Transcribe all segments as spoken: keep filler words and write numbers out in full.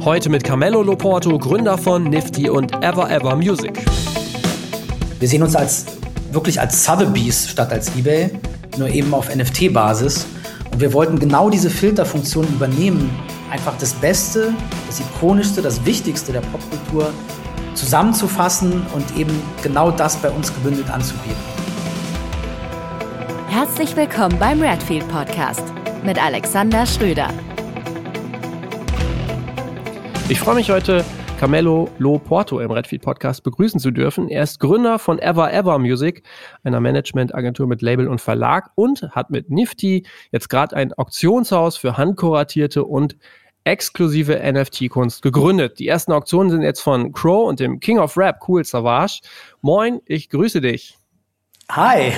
Heute mit Carmelo Loporto, Gründer von Nifty und Ever Ever Music. Wir sehen uns als wirklich als Sotheby's statt als eBay, nur eben auf N F T-Basis. Und wir wollten genau diese Filterfunktion übernehmen, einfach das Beste, das Ikonischste, das Wichtigste der Popkultur zusammenzufassen und eben genau das bei uns gebündelt anzubieten. Herzlich willkommen beim Redfield Podcast mit Alexander Schröder. Ich freue mich heute, Carmelo Loporto im Redfield Podcast begrüßen zu dürfen. Er ist Gründer von Ever Ever Music, einer Managementagentur mit Label und Verlag, und hat mit Nifty jetzt gerade ein Auktionshaus für handkuratierte und exklusive N F T-Kunst gegründet. Die ersten Auktionen sind jetzt von Crow und dem King of Rap, Kool Savas. Moin, ich grüße dich. Hi.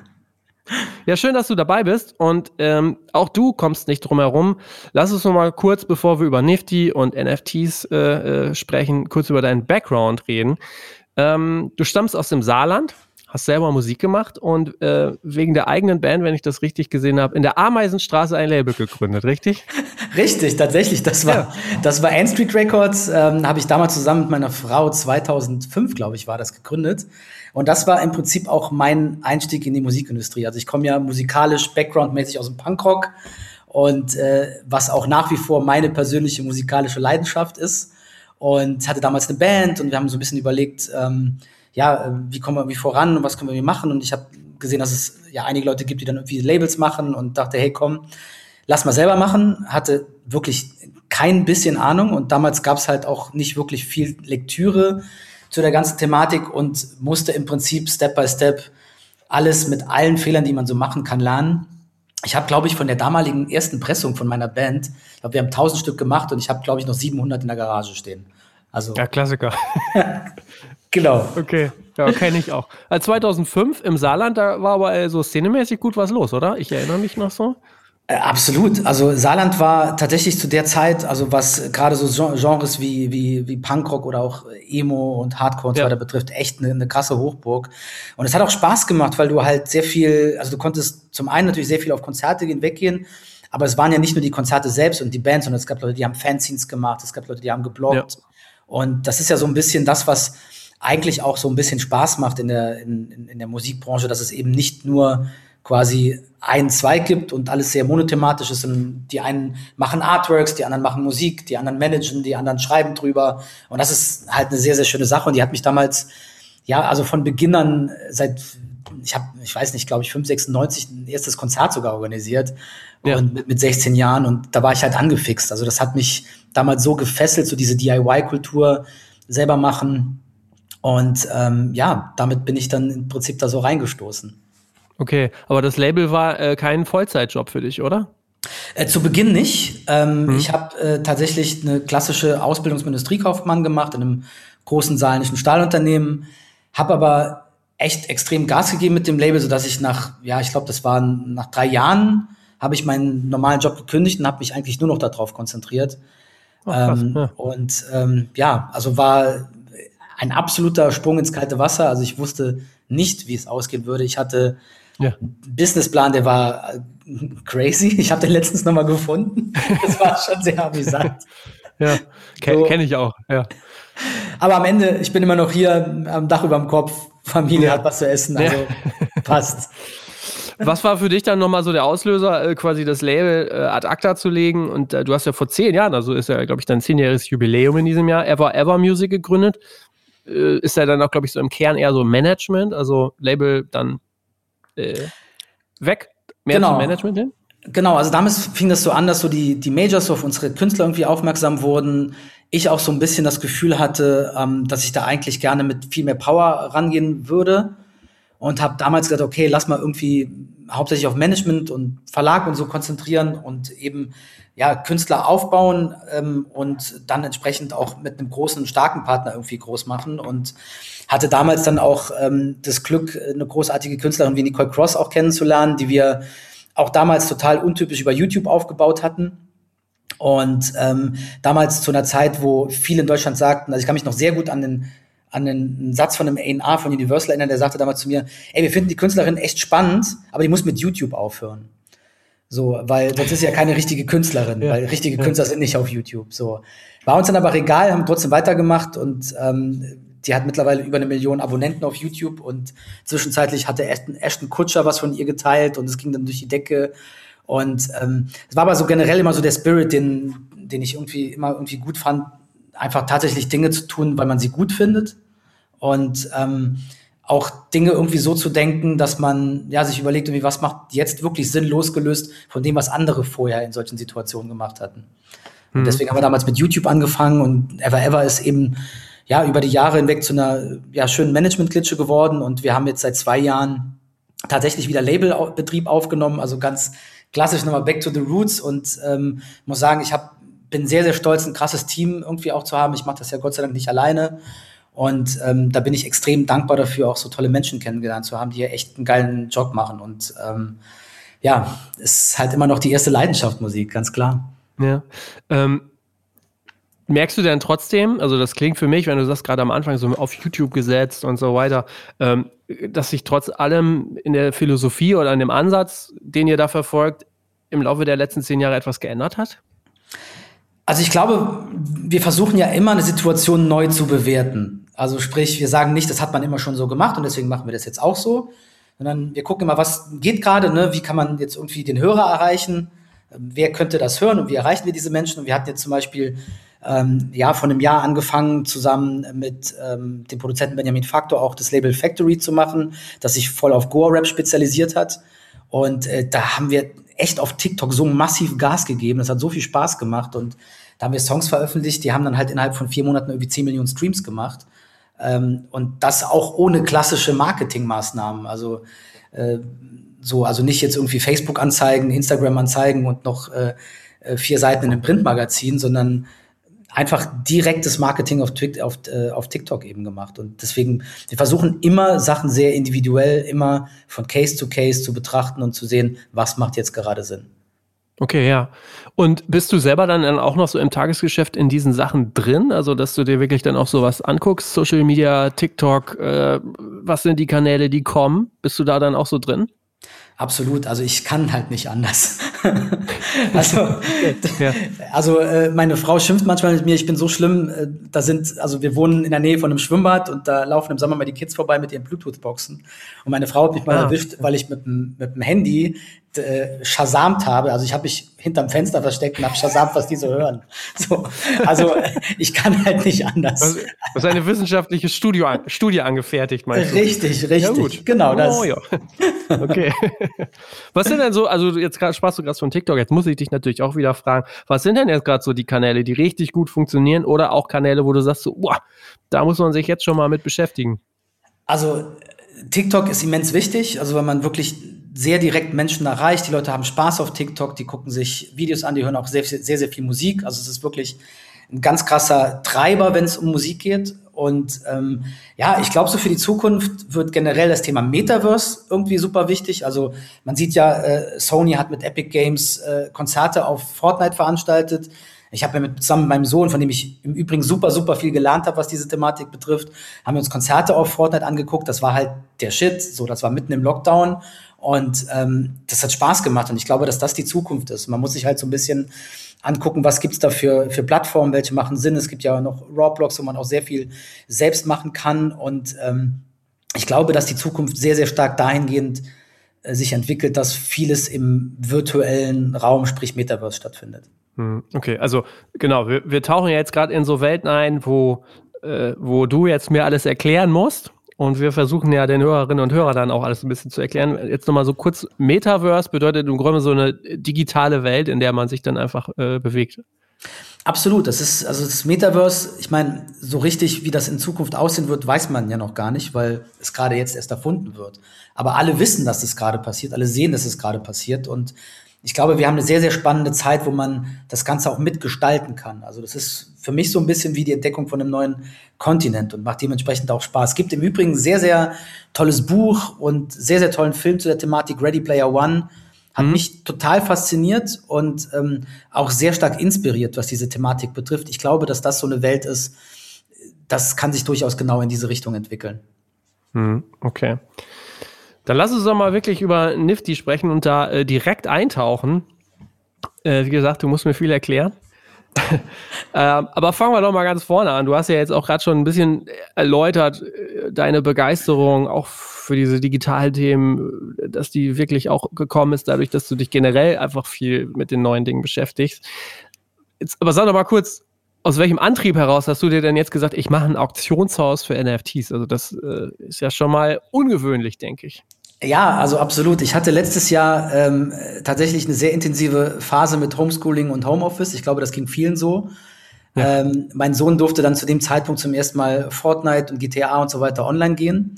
Ja, schön, dass du dabei bist, und ähm, auch du kommst nicht drum herum. Lass uns noch mal kurz, bevor wir über Nifty und N F Ts äh, äh, sprechen, kurz über deinen Background reden. Ähm, du stammst aus dem Saarland, hast selber Musik gemacht und äh, wegen der eigenen Band, wenn ich das richtig gesehen habe, in der Ameisenstraße ein Label gegründet, richtig? Richtig, tatsächlich. Das war, ja. das war N Street Records, ähm, habe ich damals zusammen mit meiner Frau zweitausendfünf, glaube ich, war das gegründet. Und das war im Prinzip auch mein Einstieg in die Musikindustrie. Also ich komme ja musikalisch, backgroundmäßig aus dem Punkrock, und äh, was auch nach wie vor meine persönliche musikalische Leidenschaft ist. Und hatte damals eine Band, und wir haben so ein bisschen überlegt, ähm, ja, wie kommen wir irgendwie voran und was können wir machen. Und ich habe gesehen, dass es ja einige Leute gibt, die dann irgendwie Labels machen, und dachte, hey, komm, lass mal selber machen. Hatte wirklich kein bisschen Ahnung, und damals gab es halt auch nicht wirklich viel Lektüre zu der ganzen Thematik und musste im Prinzip Step by Step alles mit allen Fehlern, die man so machen kann, lernen. Ich habe, glaube ich, von der damaligen ersten Pressung von meiner Band, ich glaube, wir haben tausend Stück gemacht, und ich habe, glaube ich, noch siebenhundert in der Garage stehen. Also ja, Klassiker. Genau. Okay, ja, kenne ich auch. Also zweitausendfünf im Saarland, da war aber so szenemäßig gut was los, oder? Ich erinnere mich noch so. Äh, absolut. Also Saarland war tatsächlich zu der Zeit, also was gerade so Genres wie, wie, wie Punkrock oder auch Emo und Hardcore und so weiter betrifft, echt eine, eine krasse Hochburg. Und es hat auch Spaß gemacht, weil du halt sehr viel, also du konntest zum einen natürlich sehr viel auf Konzerte gehen, weggehen, aber es waren ja nicht nur die Konzerte selbst und die Bands, sondern es gab Leute, die haben Fanzines gemacht, es gab Leute, die haben gebloggt. Ja. Und das ist ja so ein bisschen das, was eigentlich auch so ein bisschen Spaß macht in der, in, in der Musikbranche, dass es eben nicht nur quasi ein Zweig gibt und alles sehr monothematisch ist, und die einen machen Artworks, die anderen machen Musik, die anderen managen, die anderen schreiben drüber, und das ist halt eine sehr, sehr schöne Sache, und die hat mich damals, ja, also von Beginn an, seit, ich habe, ich weiß nicht, glaube ich, fünf, sechsundneunzig ein erstes Konzert sogar organisiert, ja. Und mit, mit sechzehn Jahren, und da war ich halt angefixt, also das hat mich damals so gefesselt, so diese D I Y-Kultur selber machen, und ähm, ja, damit bin ich dann im Prinzip da so reingestoßen. Okay, aber das Label war äh, kein Vollzeitjob für dich, oder? Äh, zu Beginn nicht. Ähm, hm. Ich habe äh, tatsächlich eine klassische Ausbildung zum Industriekaufmann gemacht in einem großen saarländischen Stahlunternehmen, habe aber echt extrem Gas gegeben mit dem Label, sodass ich nach, ja, ich glaube, das waren nach drei Jahren, habe ich meinen normalen Job gekündigt und habe mich eigentlich nur noch darauf konzentriert. Oh, krass, ähm, ja. Und ähm, ja, also war ein absoluter Sprung ins kalte Wasser. Also ich wusste nicht, wie es ausgehen würde. Ich hatte ja. einen Businessplan, der war crazy. Ich habe den letztens nochmal gefunden. Das war schon sehr amüsant. Ja, Ken, so. Kenne ich auch, ja. Aber am Ende, ich bin immer noch hier, am Dach über dem Kopf, Familie ja. hat was zu essen, also ja. passt. Was war für dich dann nochmal so der Auslöser, äh, quasi das Label äh, ad acta zu legen? Und äh, du hast ja vor zehn Jahren, also ist ja, glaube ich, dein zehnjähriges Jubiläum in diesem Jahr, Ever Ever Music gegründet. Äh, ist ja dann auch, glaube ich, so im Kern eher so Management, also Label dann äh, weg, mehr genau. zum Management hin? Genau, also damals fing das so an, dass so die, die Majors so auf unsere Künstler irgendwie aufmerksam wurden. Ich auch so ein bisschen das Gefühl hatte, ähm, dass ich da eigentlich gerne mit viel mehr Power rangehen würde. Und habe damals gesagt, okay, lass mal irgendwie hauptsächlich auf Management und Verlag und so konzentrieren und eben ja Künstler aufbauen ähm, und dann entsprechend auch mit einem großen, starken Partner irgendwie groß machen. Und hatte damals dann auch ähm, das Glück, eine großartige Künstlerin wie Nicole Cross auch kennenzulernen, die wir auch damals total untypisch über YouTube aufgebaut hatten. Und ähm, damals zu einer Zeit, wo viele in Deutschland sagten, also ich kann mich noch sehr gut an den an einen Satz von einem A und R von Universal erinnern, der sagte damals zu mir, ey, wir finden die Künstlerin echt spannend, aber die muss mit YouTube aufhören. So, weil sonst ist ja keine richtige Künstlerin, ja. weil richtige ja. Künstler sind nicht auf YouTube. So. War uns dann aber egal, haben trotzdem weitergemacht und ähm, die hat mittlerweile über eine Million Abonnenten auf YouTube und zwischenzeitlich hatte Ashton, Ashton Kutcher was von ihr geteilt und es ging dann durch die Decke. Und ähm, es war aber so generell immer so der Spirit, den, den ich irgendwie immer irgendwie gut fand, einfach tatsächlich Dinge zu tun, weil man sie gut findet. Und ähm, auch Dinge irgendwie so zu denken, dass man ja sich überlegt, irgendwie, was macht jetzt wirklich Sinn, losgelöst von dem, was andere vorher in solchen Situationen gemacht hatten. Und mhm. deswegen haben wir damals mit YouTube angefangen und Ever Ever ist eben ja über die Jahre hinweg zu einer ja, schönen Management-Klitsche geworden. Und wir haben jetzt seit zwei Jahren tatsächlich wieder Labelbetrieb aufgenommen, also ganz klassisch nochmal back to the roots und ähm, muss sagen, ich hab, bin sehr, sehr stolz, ein krasses Team irgendwie auch zu haben. Ich mache das ja Gott sei Dank nicht alleine und ähm, da bin ich extrem dankbar dafür, auch so tolle Menschen kennengelernt zu haben, die ja echt einen geilen Job machen und ähm, ja, ist halt immer noch die erste Leidenschaft Musik, ganz klar. Ja, ähm merkst du denn trotzdem, also das klingt für mich, wenn du das gerade am Anfang so auf YouTube gesetzt und so weiter, ähm, dass sich trotz allem in der Philosophie oder in dem Ansatz, den ihr da verfolgt, im Laufe der letzten zehn Jahre etwas geändert hat? Also ich glaube, wir versuchen ja immer eine Situation neu zu bewerten. Also sprich, wir sagen nicht, das hat man immer schon so gemacht und deswegen machen wir das jetzt auch so, sondern wir gucken immer, was geht gerade, ne? Wie kann man jetzt irgendwie den Hörer erreichen? Wer könnte das hören und wie erreichen wir diese Menschen? Und wir hatten jetzt zum Beispiel ähm, ja vor einem Jahr angefangen, zusammen mit ähm, dem Produzenten Benjamin Factor auch das Label Factory zu machen, das sich voll auf Goa-Rap spezialisiert hat. Und äh, da haben wir echt auf TikTok so massiv Gas gegeben. Das hat so viel Spaß gemacht. Und da haben wir Songs veröffentlicht, die haben dann halt innerhalb von vier Monaten irgendwie zehn Millionen Streams gemacht. Ähm, und das auch ohne klassische Marketingmaßnahmen. Also äh, so, also nicht jetzt irgendwie Facebook-Anzeigen, Instagram-Anzeigen und noch äh, vier Seiten in einem Printmagazin, sondern einfach direktes Marketing auf, Twi- auf, äh, auf TikTok eben gemacht. Und deswegen, wir versuchen immer Sachen sehr individuell, immer von Case zu Case zu betrachten und zu sehen, was macht jetzt gerade Sinn. Okay, ja. Und bist du selber dann auch noch so im Tagesgeschäft in diesen Sachen drin? Also, dass du dir wirklich dann auch sowas anguckst, Social Media, TikTok, äh, was sind die Kanäle, die kommen? Bist du da dann auch so drin? Absolut, also ich kann halt nicht anders. also ja. also äh, meine Frau schimpft manchmal mit mir, ich bin so schlimm, äh, da sind, also wir wohnen in der Nähe von einem Schwimmbad und da laufen im Sommer mal die Kids vorbei mit ihren Bluetooth-Boxen und meine Frau hat mich mal ah. erwischt, weil ich mit dem mit dem Handy äh, shazamt habe, also ich habe mich hinterm Fenster versteckt und habe shazamt, was die so hören. So, also ich kann halt nicht anders. Du hast eine wissenschaftliche Studie, Studie angefertigt, meinst du? Richtig, richtig, ja, gut. Genau das. Oh, ja. Okay. Was sind denn so, also jetzt sprachst du gerade von TikTok, jetzt muss ich dich natürlich auch wieder fragen, was sind denn jetzt gerade so die Kanäle, die richtig gut funktionieren oder auch Kanäle, wo du sagst so, boah, da muss man sich jetzt schon mal mit beschäftigen? Also TikTok ist immens wichtig, also wenn man wirklich sehr direkt Menschen erreicht, die Leute haben Spaß auf TikTok, die gucken sich Videos an, die hören auch sehr, sehr, sehr viel Musik, also es ist wirklich ein ganz krasser Treiber, wenn es um Musik geht. Und ähm, ja, ich glaube, so für die Zukunft wird generell das Thema Metaverse irgendwie super wichtig. Also man sieht ja, äh, Sony hat mit Epic Games äh, Konzerte auf Fortnite veranstaltet. Ich habe ja mit, zusammen mit meinem Sohn, von dem ich im Übrigen super, super viel gelernt habe, was diese Thematik betrifft, haben wir uns Konzerte auf Fortnite angeguckt. Das war halt der Shit. So, das war mitten im Lockdown. Und ähm, das hat Spaß gemacht. Und ich glaube, dass das die Zukunft ist. Man muss sich halt so ein bisschen angucken, was gibt's da für, für Plattformen, welche machen Sinn. Es gibt ja noch Raw-Blogs, wo man auch sehr viel selbst machen kann. Und ähm, ich glaube, dass die Zukunft sehr, sehr stark dahingehend äh, sich entwickelt, dass vieles im virtuellen Raum, sprich Metaverse, stattfindet. Okay, also genau, wir, wir tauchen ja jetzt gerade in so Welten ein, wo, äh, wo du jetzt mir alles erklären musst. Und wir versuchen ja den Hörerinnen und Hörern dann auch alles ein bisschen zu erklären. Jetzt nochmal so kurz, Metaverse bedeutet im Grunde so eine digitale Welt, in der man sich dann einfach äh, bewegt. Absolut, das ist, also das Metaverse, ich meine, so richtig, wie das in Zukunft aussehen wird, weiß man ja noch gar nicht, weil es gerade jetzt erst erfunden wird. Aber alle wissen, dass es gerade passiert, alle sehen, dass es gerade passiert und ich glaube, wir haben eine sehr, sehr spannende Zeit, wo man das Ganze auch mitgestalten kann. Also das ist für mich so ein bisschen wie die Entdeckung von einem neuen Kontinent und macht dementsprechend auch Spaß. Es gibt im Übrigen ein sehr, sehr tolles Buch und sehr, sehr tollen Film zu der Thematik Ready Player One. Hat mhm. mich total fasziniert und ähm, auch sehr stark inspiriert, was diese Thematik betrifft. Ich glaube, dass das so eine Welt ist, das kann sich durchaus genau in diese Richtung entwickeln. Mhm. Okay. Dann lass uns doch mal wirklich über Nifty sprechen und da äh, direkt eintauchen. Äh, wie gesagt, du musst mir viel erklären. ähm, aber fangen wir doch mal ganz vorne an. Du hast ja jetzt auch gerade schon ein bisschen erläutert, äh, deine Begeisterung auch für diese digitalen Themen, dass die wirklich auch gekommen ist, dadurch, dass du dich generell einfach viel mit den neuen Dingen beschäftigst. Jetzt, aber sag doch mal kurz, aus welchem Antrieb heraus hast du dir denn jetzt gesagt, ich mache ein Auktionshaus für N F Ts? Also das äh, ist ja schon mal ungewöhnlich, denke ich. Ja, also absolut. Ich hatte letztes Jahr ähm, tatsächlich eine sehr intensive Phase mit Homeschooling und Homeoffice. Ich glaube, das ging vielen so. Ja. Ähm, mein Sohn durfte dann zu dem Zeitpunkt zum ersten Mal Fortnite und G T A und so weiter online gehen.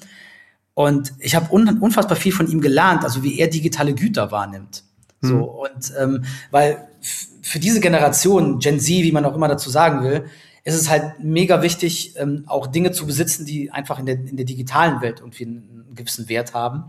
Und ich habe un- unfassbar viel von ihm gelernt, also wie er digitale Güter wahrnimmt. Mhm. So, und ähm, weil f- für diese Generation, Gen Z, wie man auch immer dazu sagen will, ist es halt mega wichtig, ähm, auch Dinge zu besitzen, die einfach in der, in der digitalen Welt irgendwie einen, einen gewissen Wert haben.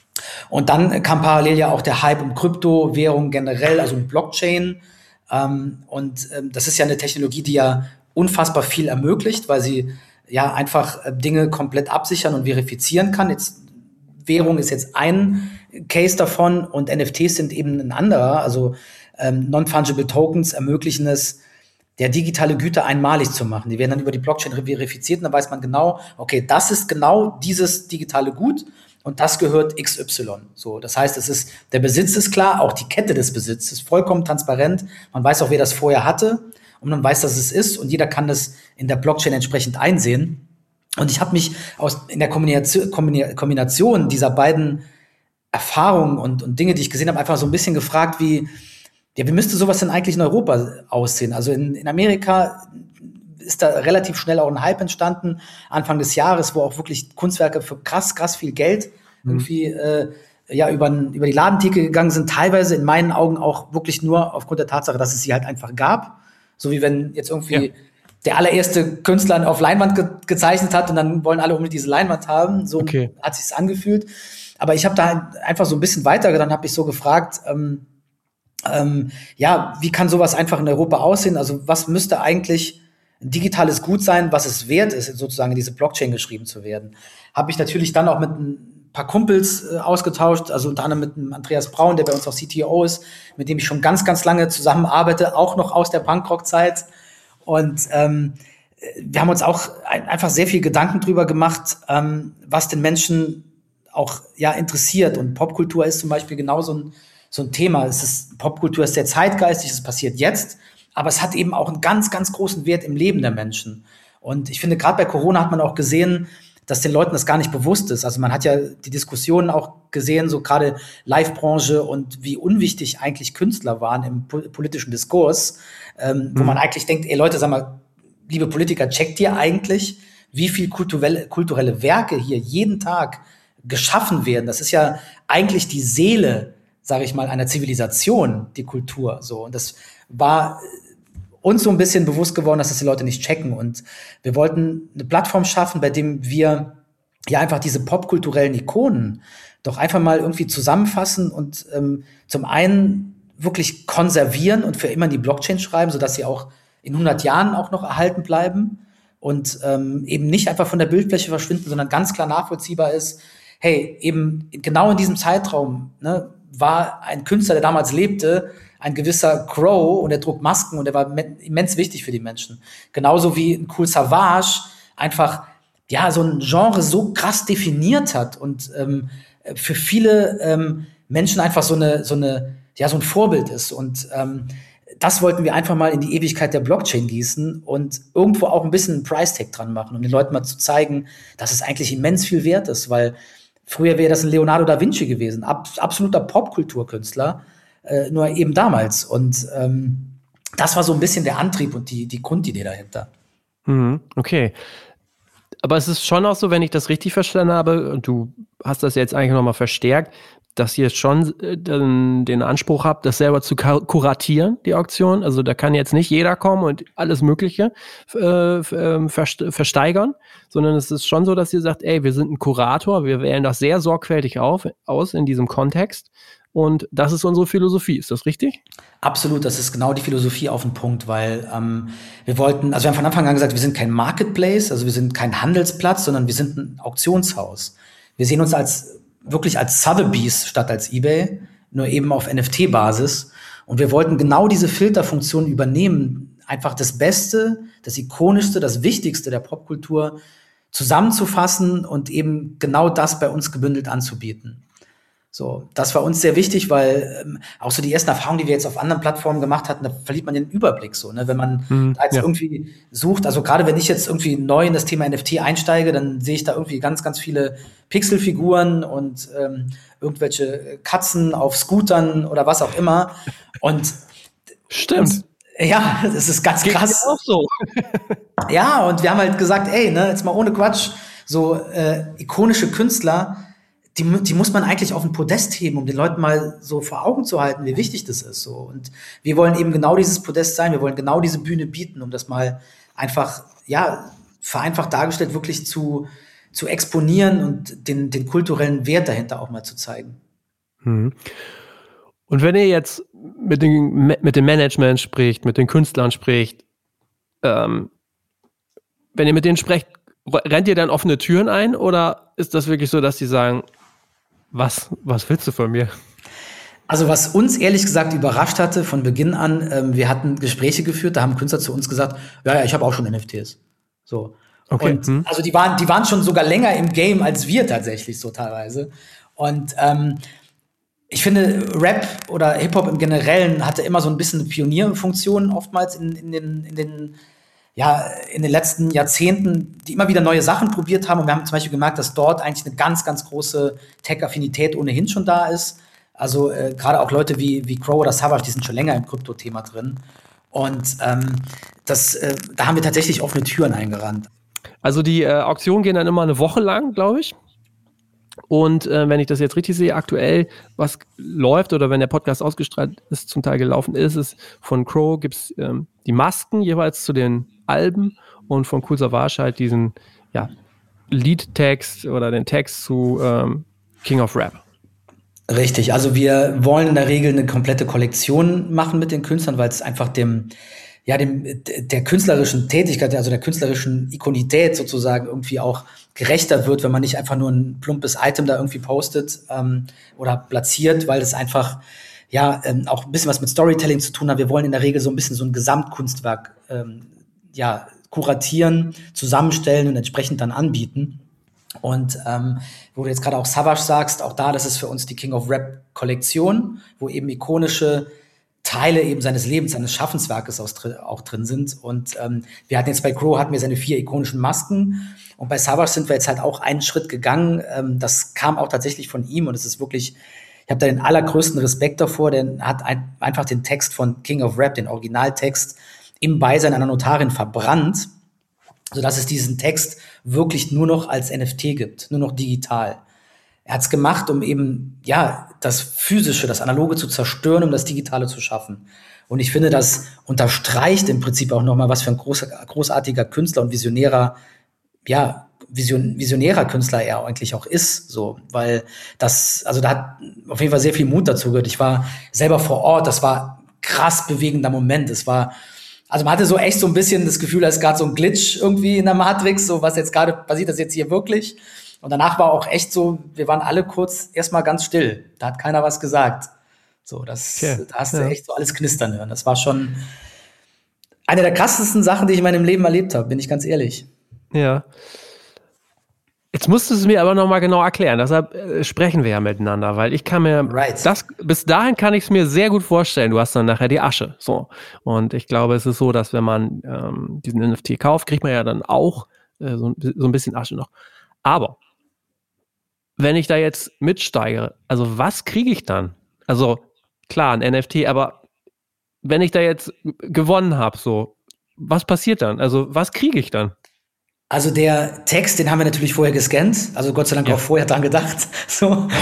Und dann kam parallel ja auch der Hype um Kryptowährungen generell, also um Blockchain. Ähm, und ähm, das ist ja eine Technologie, die ja unfassbar viel ermöglicht, weil sie ja einfach äh, Dinge komplett absichern und verifizieren kann. Jetzt Währung ist jetzt ein Case davon und N F Ts sind eben ein anderer. Also ähm, Non-Fungible Tokens ermöglichen es, der digitale Güter einmalig zu machen. Die werden dann über die Blockchain verifiziert und dann weiß man genau, okay, das ist genau dieses digitale Gut. Und das gehört X Y. So, das heißt, es ist, der Besitz ist klar, auch die Kette des Besitzes ist vollkommen transparent. Man weiß auch, wer das vorher hatte und man weiß, dass es ist und jeder kann das in der Blockchain entsprechend einsehen. Und ich habe mich aus, in der Kombination, Kombination dieser beiden Erfahrungen und, und Dinge, die ich gesehen habe, einfach so ein bisschen gefragt, wie, ja, wie müsste sowas denn eigentlich in Europa aussehen? Also in, in Amerika ist da relativ schnell auch ein Hype entstanden, Anfang des Jahres, wo auch wirklich Kunstwerke für krass, krass viel Geld mhm. irgendwie äh, ja, über, über die Ladentheke gegangen sind, teilweise in meinen Augen auch wirklich nur aufgrund der Tatsache, dass es sie halt einfach gab. So wie wenn jetzt irgendwie ja. der allererste Künstler auf Leinwand ge- gezeichnet hat und dann wollen alle unbedingt diese Leinwand haben. So okay. hat sich's angefühlt. Aber ich habe da einfach so ein bisschen weitergedacht, dann habe ich so gefragt, ähm, ähm, ja, wie kann sowas einfach in Europa aussehen? Also was müsste eigentlich ein digitales Gut sein, was es wert ist, sozusagen in diese Blockchain geschrieben zu werden. Habe ich natürlich dann auch mit ein paar Kumpels äh, ausgetauscht, also unter anderem mit dem Andreas Braun, der bei uns auch C T O ist, mit dem ich schon ganz, ganz lange zusammenarbeite, auch noch aus der Punkrock-Zeit. Und ähm, wir haben uns auch ein, einfach sehr viel Gedanken drüber gemacht, ähm, was den Menschen auch ja interessiert. Und Popkultur ist zum Beispiel genau so ein, so ein Thema. Es ist, Popkultur ist sehr zeitgeistig, es passiert jetzt. Aber es hat eben auch einen ganz, ganz großen Wert im Leben der Menschen. Und ich finde, gerade bei Corona hat man auch gesehen, dass den Leuten das gar nicht bewusst ist. Also man hat ja die Diskussionen auch gesehen, so gerade Live-Branche und wie unwichtig eigentlich Künstler waren im po- politischen Diskurs, ähm, mhm. wo man eigentlich denkt, ey Leute, sag mal, liebe Politiker, checkt ihr eigentlich, wie viel kulturelle, kulturelle Werke hier jeden Tag geschaffen werden? Das ist ja eigentlich die Seele, sage ich mal, einer Zivilisation, die Kultur. So. Und das war uns so ein bisschen bewusst geworden, dass das die Leute nicht checken. Und wir wollten eine Plattform schaffen, bei dem wir ja einfach diese popkulturellen Ikonen doch einfach mal irgendwie zusammenfassen und ähm, zum einen wirklich konservieren und für immer in die Blockchain schreiben, sodass sie auch in hundert Jahren auch noch erhalten bleiben und ähm, eben nicht einfach von der Bildfläche verschwinden, sondern ganz klar nachvollziehbar ist, hey, eben genau in diesem Zeitraum, ne, war ein Künstler, der damals lebte, ein gewisser Crow und der trug Masken und der war immens wichtig für die Menschen. Genauso wie ein Kool Savas einfach ja so ein Genre so krass definiert hat und ähm, für viele ähm, Menschen einfach so eine so eine ja so ein Vorbild ist. Und ähm, das wollten wir einfach mal in die Ewigkeit der Blockchain gießen und irgendwo auch ein bisschen einen Price-Tag dran machen, um den Leuten mal zu zeigen, dass es eigentlich immens viel wert ist, weil früher wäre das ein Leonardo da Vinci gewesen, ab, absoluter Popkulturkünstler, äh, nur eben damals. Und ähm, das war so ein bisschen der Antrieb und die, die Grundidee dahinter. Mhm, okay. Aber es ist schon auch so, wenn ich das richtig verstanden habe, und du hast das jetzt eigentlich nochmal verstärkt, dass ihr schon äh, den, den Anspruch habt, das selber zu kuratieren, die Auktion. Also da kann jetzt nicht jeder kommen und alles Mögliche äh, versteigern, sondern es ist schon so, dass ihr sagt, ey, wir sind ein Kurator, wir wählen das sehr sorgfältig auf, aus in diesem Kontext. Und das ist unsere Philosophie. Ist das richtig? Absolut, das ist genau die Philosophie auf den Punkt, weil ähm, wir wollten, also wir haben von Anfang an gesagt, wir sind kein Marketplace, also wir sind kein Handelsplatz, sondern wir sind ein Auktionshaus. Wir sehen uns als wirklich als Sotheby's statt als eBay, nur eben auf N F T-Basis. Und wir wollten genau diese Filterfunktion übernehmen, einfach das Beste, das Ikonischste, das Wichtigste der Popkultur zusammenzufassen und eben genau das bei uns gebündelt anzubieten. So, das war uns sehr wichtig, weil ähm, auch so die ersten Erfahrungen, die wir jetzt auf anderen Plattformen gemacht hatten, da verliert man den Überblick so, ne? Wenn man mhm, da jetzt ja. irgendwie sucht, also gerade wenn ich jetzt irgendwie neu in das Thema N F T einsteige, dann sehe ich da irgendwie ganz, ganz viele Pixelfiguren und ähm, irgendwelche Katzen auf Scootern oder was auch immer. Und stimmt. Und, ja, das ist ganz Geht krass. Auch so. Ja, und wir haben halt gesagt, ey, ne, jetzt mal ohne Quatsch, so äh, ikonische Künstler, die, die muss man eigentlich auf ein Podest heben, um den Leuten mal so vor Augen zu halten, wie wichtig das ist. So. Und wir wollen eben genau dieses Podest sein, wir wollen genau diese Bühne bieten, um das mal einfach, ja, vereinfacht dargestellt, wirklich zu, zu exponieren und den, den kulturellen Wert dahinter auch mal zu zeigen. Mhm. Und wenn ihr jetzt mit, den, mit dem Management spricht, mit den Künstlern spricht, ähm, wenn ihr mit denen sprecht, rennt ihr dann offene Türen ein oder ist das wirklich so, dass die sagen, was, was willst du von mir? Also was uns ehrlich gesagt überrascht hatte von Beginn an, ähm, wir hatten Gespräche geführt, da haben Künstler zu uns gesagt, ja, ja, ich habe auch schon N F Ts. So. Okay. Und hm. also die waren, die waren schon sogar länger im Game als wir tatsächlich so teilweise. Und ähm, ich finde, Rap oder Hip-Hop im Generellen hatte immer so ein bisschen eine Pionierfunktion oftmals in, in den, in den ja, in den letzten Jahrzehnten, die immer wieder neue Sachen probiert haben. Und wir haben zum Beispiel gemerkt, dass dort eigentlich eine ganz, ganz große Tech-Affinität ohnehin schon da ist. Also äh, gerade auch Leute wie, wie Crow oder Savage, die sind schon länger im Krypto-Thema drin. Und ähm, das, äh, da haben wir tatsächlich offene Türen eingerannt. Also die äh, Auktionen gehen dann immer eine Woche lang, glaube ich. Und äh, wenn ich das jetzt richtig sehe, aktuell, was läuft oder wenn der Podcast ausgestrahlt ist, zum Teil gelaufen ist, ist von Crow gibt es ähm, die Masken jeweils zu den Alben und von Kool Savas halt diesen ja, Liedtext oder den Text zu ähm, King of Rap. Richtig, also wir wollen in der Regel eine komplette Kollektion machen mit den Künstlern, weil es einfach dem, ja, dem, der künstlerischen Tätigkeit, also der künstlerischen Ikonität sozusagen irgendwie auch gerechter wird, wenn man nicht einfach nur ein plumpes Item da irgendwie postet ähm, oder platziert, weil es einfach ja ähm, auch ein bisschen was mit Storytelling zu tun hat. Wir wollen in der Regel so ein bisschen so ein Gesamtkunstwerk ähm, ja, kuratieren, zusammenstellen und entsprechend dann anbieten. Und ähm, wo du jetzt gerade auch Savage sagst, auch da, das ist für uns die King of Rap Kollektion, wo eben ikonische Teile eben seines Lebens, seines Schaffenswerkes auch, auch drin sind. Und ähm, wir hatten jetzt bei Crow hatten wir seine vier ikonischen Masken. Und bei Savage sind wir jetzt halt auch einen Schritt gegangen. Ähm, das kam auch tatsächlich von ihm. Und es ist wirklich, ich habe da den allergrößten Respekt davor. Der hat ein, einfach den Text von King of Rap, den Originaltext, im Beisein einer Notarin verbrannt, sodass es diesen Text wirklich nur noch als N F T gibt, nur noch digital. Er hat es gemacht, um eben ja das Physische, das Analoge zu zerstören, um das Digitale zu schaffen. Und ich finde, das unterstreicht im Prinzip auch nochmal, was für ein groß, großartiger Künstler und visionärer, ja, Vision, visionärer Künstler er eigentlich auch ist. So, weil das, also da hat auf jeden Fall sehr viel Mut dazu gehört. Ich war selber vor Ort, das war ein krass bewegender Moment. Es war, also man hatte so echt so ein bisschen das Gefühl, da ist gerade so ein Glitch irgendwie in der Matrix, so was jetzt gerade passiert, das jetzt hier wirklich. Und danach war auch echt so, wir waren alle kurz erstmal ganz still. Da hat keiner was gesagt. So, das, okay. Da hast du ja. echt so alles knistern hören. Das war schon eine der krassesten Sachen, die ich in meinem Leben erlebt habe, bin ich ganz ehrlich. Ja. Jetzt musst du es mir aber nochmal genau erklären. Deshalb äh, sprechen wir ja miteinander, weil ich kann mir, right. das, bis dahin kann ich es mir sehr gut vorstellen. Du hast dann nachher die Asche. So. Und ich glaube, es ist so, dass wenn man ähm, diesen N F T kauft, kriegt man ja dann auch äh, so, so ein bisschen Asche noch. Aber wenn ich da jetzt mitsteige, also was kriege ich dann? Also klar, ein N F T, aber wenn ich da jetzt gewonnen habe, so, was passiert dann? Also was kriege ich dann? Also der Text, den haben wir natürlich vorher gescannt, also Gott sei Dank ja. auch vorher dran gedacht. So, und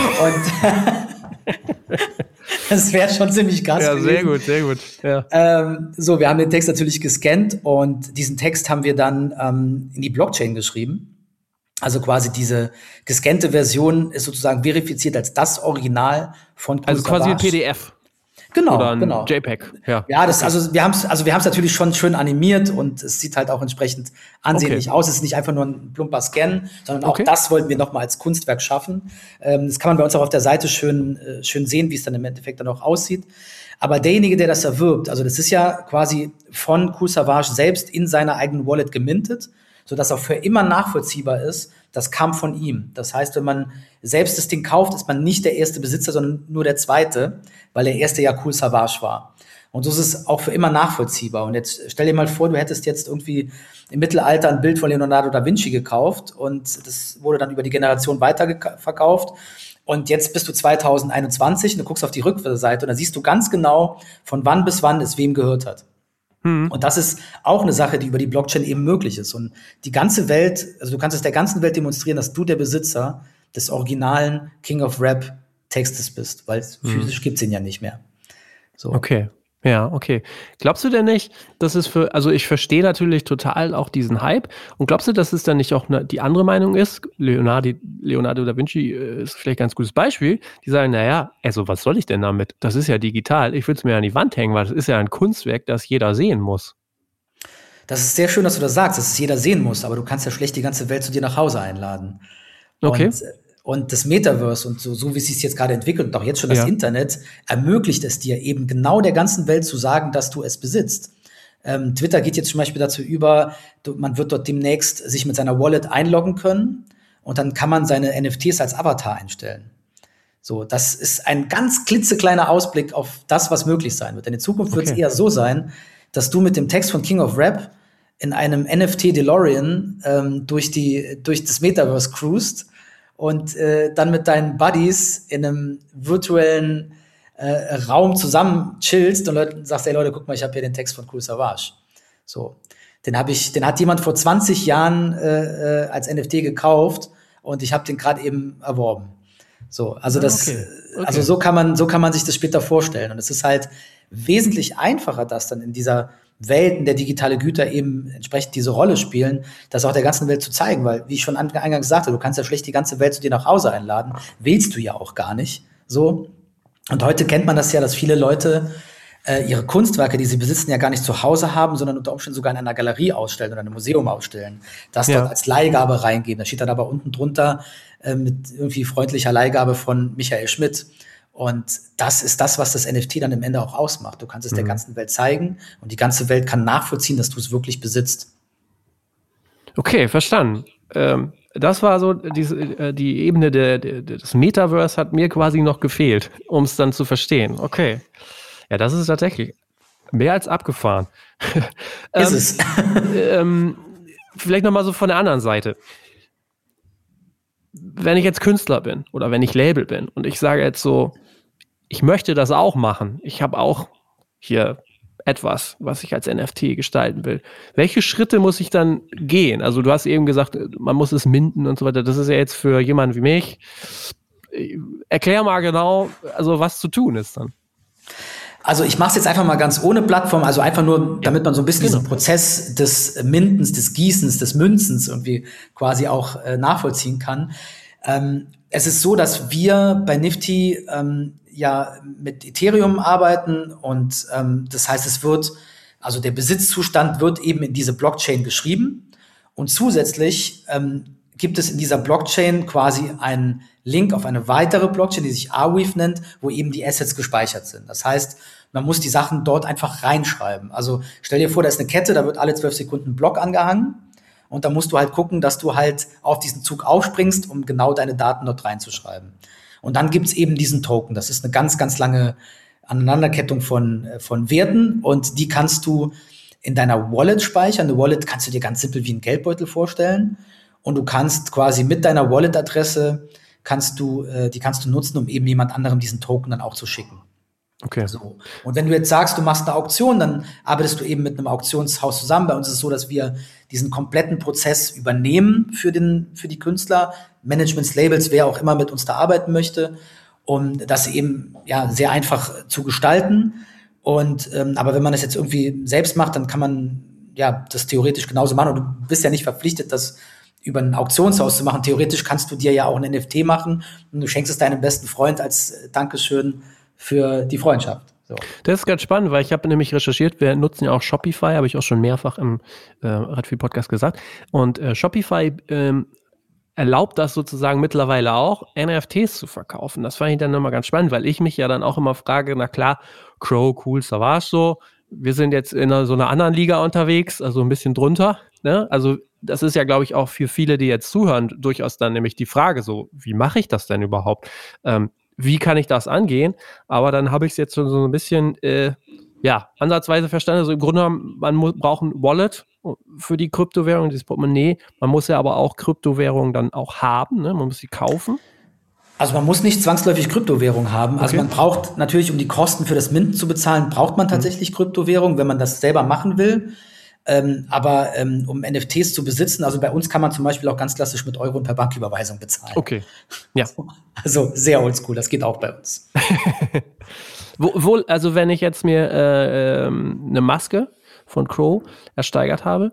das wäre schon ziemlich krass Ja, gewesen. sehr gut, sehr gut. Ja. Ähm, so, wir haben den Text natürlich gescannt und diesen Text haben wir dann ähm, in die Blockchain geschrieben. Also quasi diese gescannte Version ist sozusagen verifiziert als das Original von Kool Also quasi ein Savas. P D F. Genau, oder ein genau. JPEG. Ja, ja das, also wir haben es also wir haben es natürlich schon schön animiert und es sieht halt auch entsprechend ansehnlich okay. aus. Es ist nicht einfach nur ein plumper Scan, sondern auch okay. das wollten wir nochmal als Kunstwerk schaffen. Ähm, das kann man bei uns auch auf der Seite schön, äh, schön sehen, wie es dann im Endeffekt dann auch aussieht. Aber derjenige, der das erwirbt, also das ist ja quasi von Cool Savage selbst in seiner eigenen Wallet gemintet, sodass auch für immer nachvollziehbar ist, das kam von ihm. Das heißt, wenn man selbst das Ding kauft, ist man nicht der erste Besitzer, sondern nur der zweite, weil der erste ja Cool Savage war. Und so ist es auch für immer nachvollziehbar. Und jetzt stell dir mal vor, du hättest jetzt irgendwie im Mittelalter ein Bild von Leonardo da Vinci gekauft und das wurde dann über die Generation weiterverkauft. Und jetzt bist du zwanzig einundzwanzig und du guckst auf die Rückseite und da siehst du ganz genau, von wann bis wann es wem gehört hat. Mhm. Und das ist auch eine Sache, die über die Blockchain eben möglich ist. Und die ganze Welt, also du kannst es der ganzen Welt demonstrieren, dass du der Besitzer des originalen King of Rap Textes bist, weil mhm. physisch gibt's ihn ja nicht mehr. So. Okay. Ja, okay. Glaubst du denn nicht, dass es für, also ich verstehe natürlich total auch diesen Hype und glaubst du, dass es dann nicht auch eine, die andere Meinung ist? Leonardo, Leonardo da Vinci ist vielleicht ein ganz gutes Beispiel. Die sagen, naja, also was soll ich denn damit? Das ist ja digital. Ich will es mir an die Wand hängen, weil das ist ja ein Kunstwerk, das jeder sehen muss. Das ist sehr schön, dass du das sagst, dass es jeder sehen muss, aber du kannst ja schlecht die ganze Welt zu dir nach Hause einladen. Okay. Und, Und das Metaverse und so, so wie es sich jetzt gerade entwickelt und auch jetzt schon das ja. Internet, ermöglicht es dir eben genau der ganzen Welt zu sagen, dass du es besitzt. Ähm, Twitter geht jetzt zum Beispiel dazu über, du, man wird dort demnächst sich mit seiner Wallet einloggen können und dann kann man seine N F Ts als Avatar einstellen. So, das ist ein ganz klitzekleiner Ausblick auf das, was möglich sein wird. Denn in Zukunft okay. wird es eher so sein, dass du mit dem Text von King of Rap in einem N F T DeLorean ähm, durch die durch das Metaverse cruist und äh, dann mit deinen Buddies in einem virtuellen äh, Raum zusammen chillst und Leute, sagst, ey Leute, guck mal, ich habe hier den Text von Cool Savage. So, den habe ich, den hat jemand vor zwanzig Jahren äh, als N F T gekauft und ich habe den gerade eben erworben. So, also das, okay. Okay. also so kann man, so kann man sich das später vorstellen. Und es ist halt wesentlich einfacher, das dann in dieser Welt, in der digitale Güter eben entsprechend diese Rolle spielen, das auch der ganzen Welt zu zeigen, weil, wie ich schon eingangs sagte, du kannst ja schlecht die ganze Welt zu dir nach Hause einladen, willst du ja auch gar nicht, so. Und heute kennt man das ja, dass viele Leute äh, ihre Kunstwerke, die sie besitzen, ja gar nicht zu Hause haben, sondern unter Umständen sogar in einer Galerie ausstellen oder in einem Museum ausstellen, das ja. dort als Leihgabe reingeben. Da steht dann aber unten drunter äh, mit irgendwie freundlicher Leihgabe von Michael Schmidt. Und das ist das, was das N F T dann im Ende auch ausmacht. Du kannst es mhm. der ganzen Welt zeigen und die ganze Welt kann nachvollziehen, dass du es wirklich besitzt. Okay, verstanden. Ähm, das war so diese, äh, die Ebene der, der, des Metaverse hat mir quasi noch gefehlt, um es dann zu verstehen. Okay. Ja, das ist tatsächlich mehr als abgefahren. ähm, ist es. ähm, vielleicht nochmal so von der anderen Seite. Wenn ich jetzt Künstler bin oder wenn ich Label bin und ich sage jetzt so, ich möchte das auch machen. Ich habe auch hier etwas, was ich als N F T gestalten will. Welche Schritte muss ich dann gehen? Also du hast eben gesagt, man muss es minden und so weiter. Das ist ja jetzt für jemanden wie mich. Erklär mal genau, also was zu tun ist dann. Also ich mache es jetzt einfach mal ganz ohne Plattform, also einfach nur, damit man so ein bisschen genau. diesen Prozess des Mintens, des Gießens, des Münzens irgendwie quasi auch äh, nachvollziehen kann. Ähm, es ist so, dass wir bei Nifty ähm, ja mit Ethereum arbeiten und ähm, das heißt, es wird, also der Besitzzustand wird eben in diese Blockchain geschrieben und zusätzlich ähm, gibt es in dieser Blockchain quasi einen Link auf eine weitere Blockchain, die sich Arweave nennt, wo eben die Assets gespeichert sind. Das heißt, man muss die Sachen dort einfach reinschreiben. Also stell dir vor, da ist eine Kette, da wird alle zwölf Sekunden ein Block angehangen und da musst du halt gucken, dass du halt auf diesen Zug aufspringst, um genau deine Daten dort reinzuschreiben. Und dann gibt's eben diesen Token. Das ist eine ganz, ganz lange Aneinanderkettung von, von Werten und die kannst du in deiner Wallet speichern. Eine Wallet kannst du dir ganz simpel wie einen Geldbeutel vorstellen. Und du kannst quasi mit deiner Wallet-Adresse kannst du, äh, die kannst du nutzen, um eben jemand anderem diesen Token dann auch zu schicken. Okay. So. Und wenn du jetzt sagst, du machst eine Auktion, dann arbeitest du eben mit einem Auktionshaus zusammen. Bei uns ist es so, dass wir diesen kompletten Prozess übernehmen für den, für die Künstler, Managements, Labels, wer auch immer mit uns da arbeiten möchte, um das eben, ja, sehr einfach zu gestalten. Und, ähm, aber wenn man das jetzt irgendwie selbst macht, dann kann man, ja, das theoretisch genauso machen. Und du bist ja nicht verpflichtet, das über ein Auktionshaus zu machen. Theoretisch kannst du dir ja auch ein N F T machen und du schenkst es deinem besten Freund als Dankeschön für die Freundschaft. So. Das ist ganz spannend, weil ich habe nämlich recherchiert, wir nutzen ja auch Shopify, habe ich auch schon mehrfach im äh, Redfield-Podcast gesagt. Und äh, Shopify ähm, erlaubt das sozusagen mittlerweile auch, N F Ts zu verkaufen. Das fand ich dann immer ganz spannend, weil ich mich ja dann auch immer frage, na klar, Crow, cool, Savage so. Wir sind jetzt in einer, so einer anderen Liga unterwegs, also ein bisschen drunter. Ne? Also das ist ja, glaube ich, auch für viele, die jetzt zuhören, durchaus dann nämlich die Frage so, wie mache ich das denn überhaupt? Ähm, wie kann ich das angehen? Aber dann habe ich es jetzt schon so ein bisschen, äh, ja, ansatzweise verstanden. Also im Grunde genommen, man mu- braucht ein Wallet für die Kryptowährung, dieses Portemonnaie. Man muss ja aber auch Kryptowährungen dann auch haben, ne? Man muss sie kaufen. Also man muss nicht zwangsläufig Kryptowährung haben. Also Okay. man braucht natürlich, um die Kosten für das Minden zu bezahlen, braucht man tatsächlich mhm. Kryptowährung, wenn man das selber machen will. Ähm, aber ähm, um N F Ts zu besitzen, also bei uns kann man zum Beispiel auch ganz klassisch mit Euro und per Banküberweisung bezahlen. Okay, ja. Also sehr oldschool, das geht auch bei uns. wo, wo, also wenn ich jetzt mir äh, ähm, eine Maske von Crow ersteigert habe,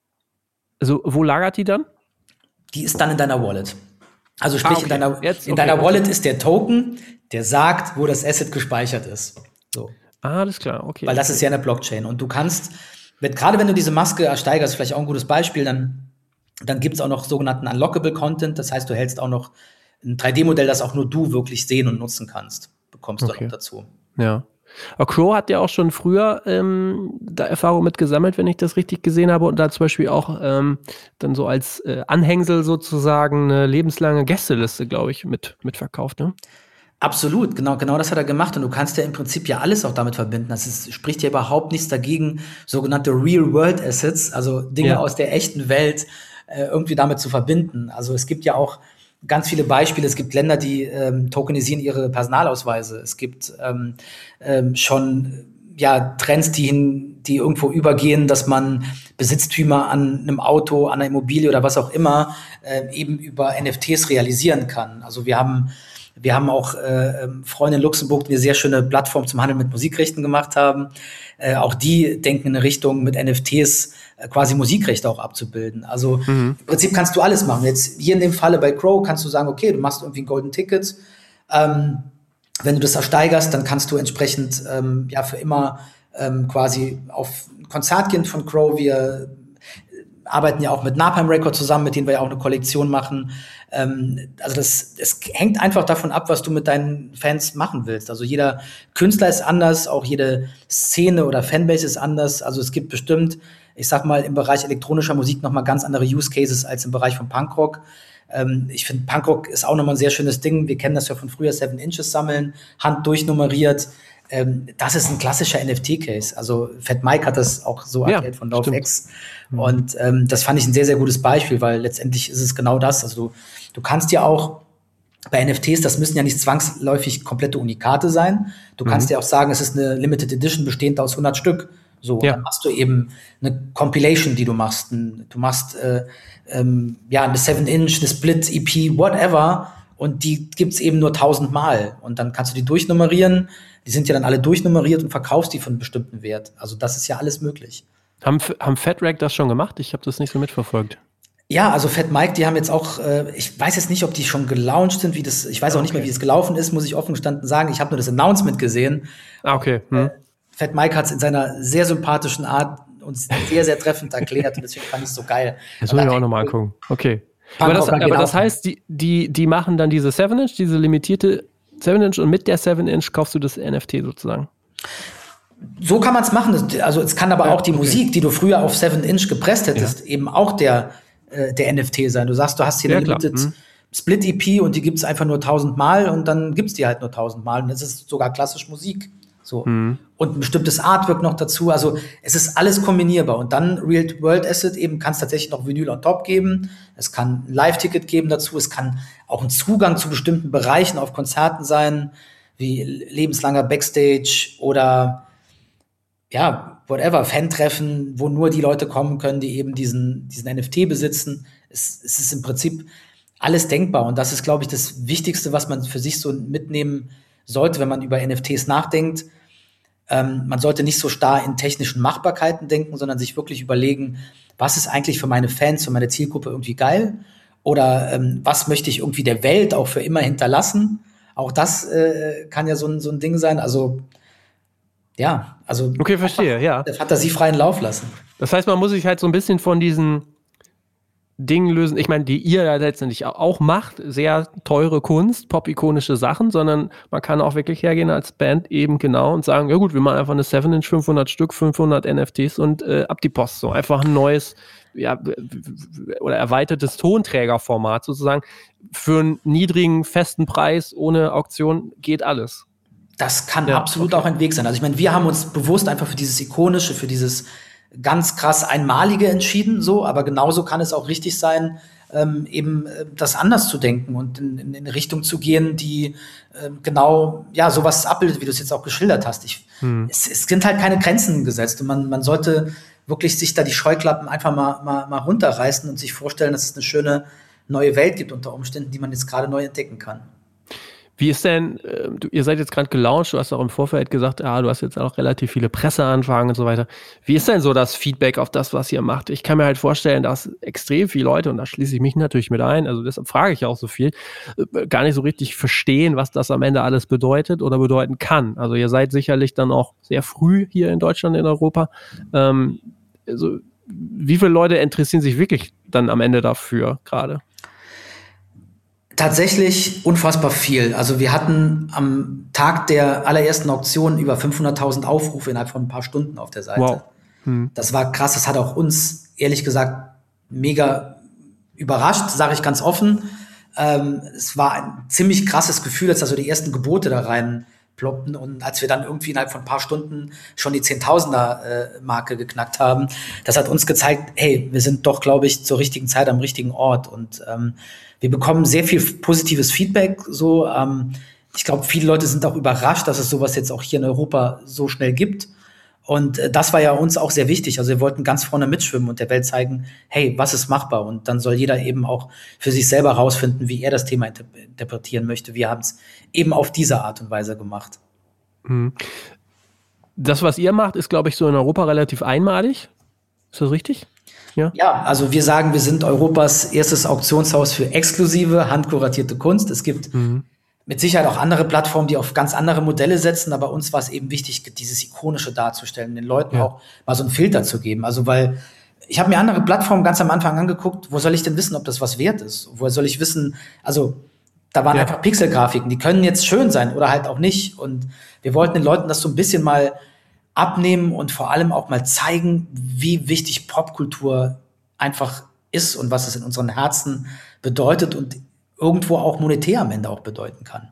also wo lagert die dann? Die ist dann in deiner Wallet. Also sprich, ah, okay. in deiner, jetzt, in okay, deiner okay. Wallet ist der Token, der sagt, wo das Asset gespeichert ist. So. Ah, alles klar, okay. Weil das okay. ist ja eine Blockchain. Und du kannst, wenn, gerade wenn du diese Maske ersteigerst, vielleicht auch ein gutes Beispiel, dann, dann gibt es auch noch sogenannten Unlockable Content. Das heißt, du hältst auch noch ein drei D-Modell, das auch nur du wirklich sehen und nutzen kannst. Bekommst du okay. dann dazu. Ja. Aber Crow hat ja auch schon früher ähm, da Erfahrung mit gesammelt, wenn ich das richtig gesehen habe. Und da zum Beispiel auch ähm, dann so als äh, Anhängsel sozusagen eine lebenslange Gästeliste, glaube ich, mit, mit verkauft, ne? Absolut, genau, genau das hat er gemacht. Und du kannst ja im Prinzip ja alles auch damit verbinden. Das ist, spricht ja überhaupt nichts dagegen, sogenannte Real-World-Assets, also Dinge ja. aus der echten Welt äh, irgendwie damit zu verbinden. Also es gibt ja auch ganz viele Beispiele. Es gibt Länder, die ähm, tokenisieren ihre Personalausweise. Es gibt ähm, ähm, schon ja, Trends, die, hin, die irgendwo übergehen, dass man Besitztümer an einem Auto, an einer Immobilie oder was auch immer äh, eben über N F Ts realisieren kann. Also wir haben Wir haben auch äh, Freunde in Luxemburg, die eine sehr schöne Plattform zum Handel mit Musikrechten gemacht haben. Äh, auch die denken in eine Richtung, mit N F Ts äh, quasi Musikrechte auch abzubilden. Also mhm. im Prinzip kannst du alles machen. Jetzt hier in dem Falle bei Crow kannst du sagen, okay, du machst irgendwie ein Golden Ticket. Ähm, wenn du das ersteigerst, dann kannst du entsprechend ähm, ja für immer ähm, quasi auf ein Konzert gehen von Crow. Wir arbeiten ja auch mit Napalm Records zusammen, mit denen wir ja auch eine Kollektion machen. Ähm, also das, das hängt einfach davon ab, was du mit deinen Fans machen willst. Also jeder Künstler ist anders, auch jede Szene oder Fanbase ist anders. Also es gibt bestimmt, ich sag mal, im Bereich elektronischer Musik noch mal ganz andere Use Cases als im Bereich von Punkrock. Ähm, ich finde, Punkrock ist auch noch mal ein sehr schönes Ding. Wir kennen das ja von früher, Seven Inches sammeln, Hand durchnummeriert. Ähm, das ist ein klassischer N F T-Case. Also Fat Mike hat das auch so ja, erklärt von NoFX. Und ähm, das fand ich ein sehr, sehr gutes Beispiel, weil letztendlich ist es genau das. Also du, du kannst ja auch bei N F Ts, das müssen ja nicht zwangsläufig komplette Unikate sein. Du mhm. kannst ja auch sagen, es ist eine Limited Edition bestehend aus hundert Stück. So, ja. Dann machst du eben eine Compilation, die du machst. Du machst äh, ähm, ja eine seven inch, eine Split-E P, whatever. Und die gibt's eben nur tausend Mal. Und dann kannst du die durchnummerieren. Die sind ja dann alle durchnummeriert und verkaufst die von einem bestimmten Wert. Also das ist ja alles möglich. Haben, haben FatRack das schon gemacht? Ich habe das nicht so mitverfolgt. Ja, also Fat Mike, die haben jetzt auch, äh, ich weiß jetzt nicht, ob die schon gelauncht sind, wie das, ich weiß auch okay. nicht mehr, wie es gelaufen ist, muss ich offen gestanden sagen. Ich habe nur das Announcement gesehen. Ah, okay. Hm. Äh, Fat Mike hat es in seiner sehr sympathischen Art uns sehr, sehr treffend erklärt und deswegen fand ich es so geil. Das muss ich mir auch nochmal angucken. Okay. Aber das, aber das heißt, die, die, die machen dann diese seven inch, diese limitierte seven inch und mit der seven inch kaufst du das N F T sozusagen? So kann man es machen. Also es kann aber ja, auch die okay. Musik, die du früher auf seven inch gepresst hättest, ja. eben auch der, äh, der N F T sein. Du sagst, du hast hier ja, eine Limited mhm. Split-E P und die gibt es einfach nur tausend Mal und dann gibt es die halt nur tausend Mal und das ist sogar klassisch Musik. So. Mhm. Und ein bestimmtes Artwork noch dazu. Also es ist alles kombinierbar. Und dann Real-World-Asset eben kann es tatsächlich noch Vinyl on top geben. Es kann ein Live-Ticket geben dazu. Es kann auch ein Zugang zu bestimmten Bereichen auf Konzerten sein, wie lebenslanger Backstage oder ja, whatever, Fan-Treffen, wo nur die Leute kommen können, die eben diesen, diesen N F T besitzen. Es, es ist im Prinzip alles denkbar. Und das ist, glaube ich, das Wichtigste, was man für sich so mitnehmen sollte, wenn man über N F Ts nachdenkt. Ähm, man sollte nicht so starr in technischen Machbarkeiten denken, sondern sich wirklich überlegen, was ist eigentlich für meine Fans, für meine Zielgruppe irgendwie geil? Oder ähm, was möchte ich irgendwie der Welt auch für immer hinterlassen? Auch das äh, kann ja so ein, so ein Ding sein. Also Ja, also okay, verstehe, ja. Der fantasiefreien Lauf lassen. Das heißt, man muss sich halt so ein bisschen von diesen Dingen lösen, ich meine, die ihr ja letztendlich auch macht, sehr teure Kunst, pop-ikonische Sachen, sondern man kann auch wirklich hergehen als Band eben genau und sagen, ja gut, wir machen einfach eine seven inch, fünfhundert Stück, fünfhundert N F Ts und äh, ab die Post. So einfach ein neues, ja, oder erweitertes Tonträgerformat sozusagen. Für einen niedrigen, festen Preis, ohne Auktion geht alles. Das kann ja, absolut okay. auch ein Weg sein. Also ich meine, wir haben uns bewusst einfach für dieses Ikonische, für dieses ganz krass Einmalige entschieden, so, aber genauso kann es auch richtig sein, ähm, eben äh, das anders zu denken und in, in, in eine Richtung zu gehen, die äh, genau, ja, sowas abbildet, wie du es jetzt auch geschildert hast. Ich, hm. es, es sind halt keine Grenzen gesetzt und man, man sollte wirklich sich da die Scheuklappen einfach mal, mal, mal runterreißen und sich vorstellen, dass es eine schöne neue Welt gibt unter Umständen, die man jetzt gerade neu entdecken kann. Wie ist denn, äh, du, ihr seid jetzt gerade gelauncht, du hast auch im Vorfeld gesagt, ja, du hast jetzt auch relativ viele Presseanfragen und so weiter. Wie ist denn so das Feedback auf das, was ihr macht? Ich kann mir halt vorstellen, dass extrem viele Leute, und da schließe ich mich natürlich mit ein, also deshalb frage ich auch so viel, äh, gar nicht so richtig verstehen, was das am Ende alles bedeutet oder bedeuten kann. Also ihr seid sicherlich dann auch sehr früh hier in Deutschland, in Europa. Ähm, also, wie viele Leute interessieren sich wirklich dann am Ende dafür gerade? Tatsächlich unfassbar viel. Also wir hatten am Tag der allerersten Auktion über fünfhunderttausend Aufrufe innerhalb von ein paar Stunden auf der Seite. Wow. Hm. Das war krass. Das hat auch uns, ehrlich gesagt, mega überrascht, sage ich ganz offen. Ähm, es war ein ziemlich krasses Gefühl, als da so die ersten Gebote da rein ploppten und als wir dann irgendwie innerhalb von ein paar Stunden schon die Zehntausender-Marke geknackt haben, das hat uns gezeigt, hey, wir sind doch, glaube ich, zur richtigen Zeit am richtigen Ort und ähm, wir bekommen sehr viel positives Feedback. So, ähm, ich glaube, viele Leute sind auch überrascht, dass es sowas jetzt auch hier in Europa so schnell gibt. Und äh, das war ja uns auch sehr wichtig. Also wir wollten ganz vorne mitschwimmen und der Welt zeigen, hey, was ist machbar? Und dann soll jeder eben auch für sich selber rausfinden, wie er das Thema interp- interpretieren möchte. Wir haben es eben auf diese Art und Weise gemacht. Das, was ihr macht, ist, glaube ich, so in Europa relativ einmalig. Ist das richtig? Ja. ja, also wir sagen, wir sind Europas erstes Auktionshaus für exklusive, handkuratierte Kunst. Es gibt mhm. mit Sicherheit auch andere Plattformen, die auf ganz andere Modelle setzen, aber uns war es eben wichtig, dieses Ikonische darzustellen, den Leuten ja. auch mal so einen Filter zu geben. Also weil ich habe mir andere Plattformen ganz am Anfang angeguckt, wo soll ich denn wissen, ob das was wert ist? Woher soll ich wissen, also da waren ja. einfach Pixelgrafiken, die können jetzt schön sein oder halt auch nicht. Und wir wollten den Leuten das so ein bisschen mal abnehmen und vor allem auch mal zeigen, wie wichtig Popkultur einfach ist und was es in unseren Herzen bedeutet und irgendwo auch monetär am Ende auch bedeuten kann.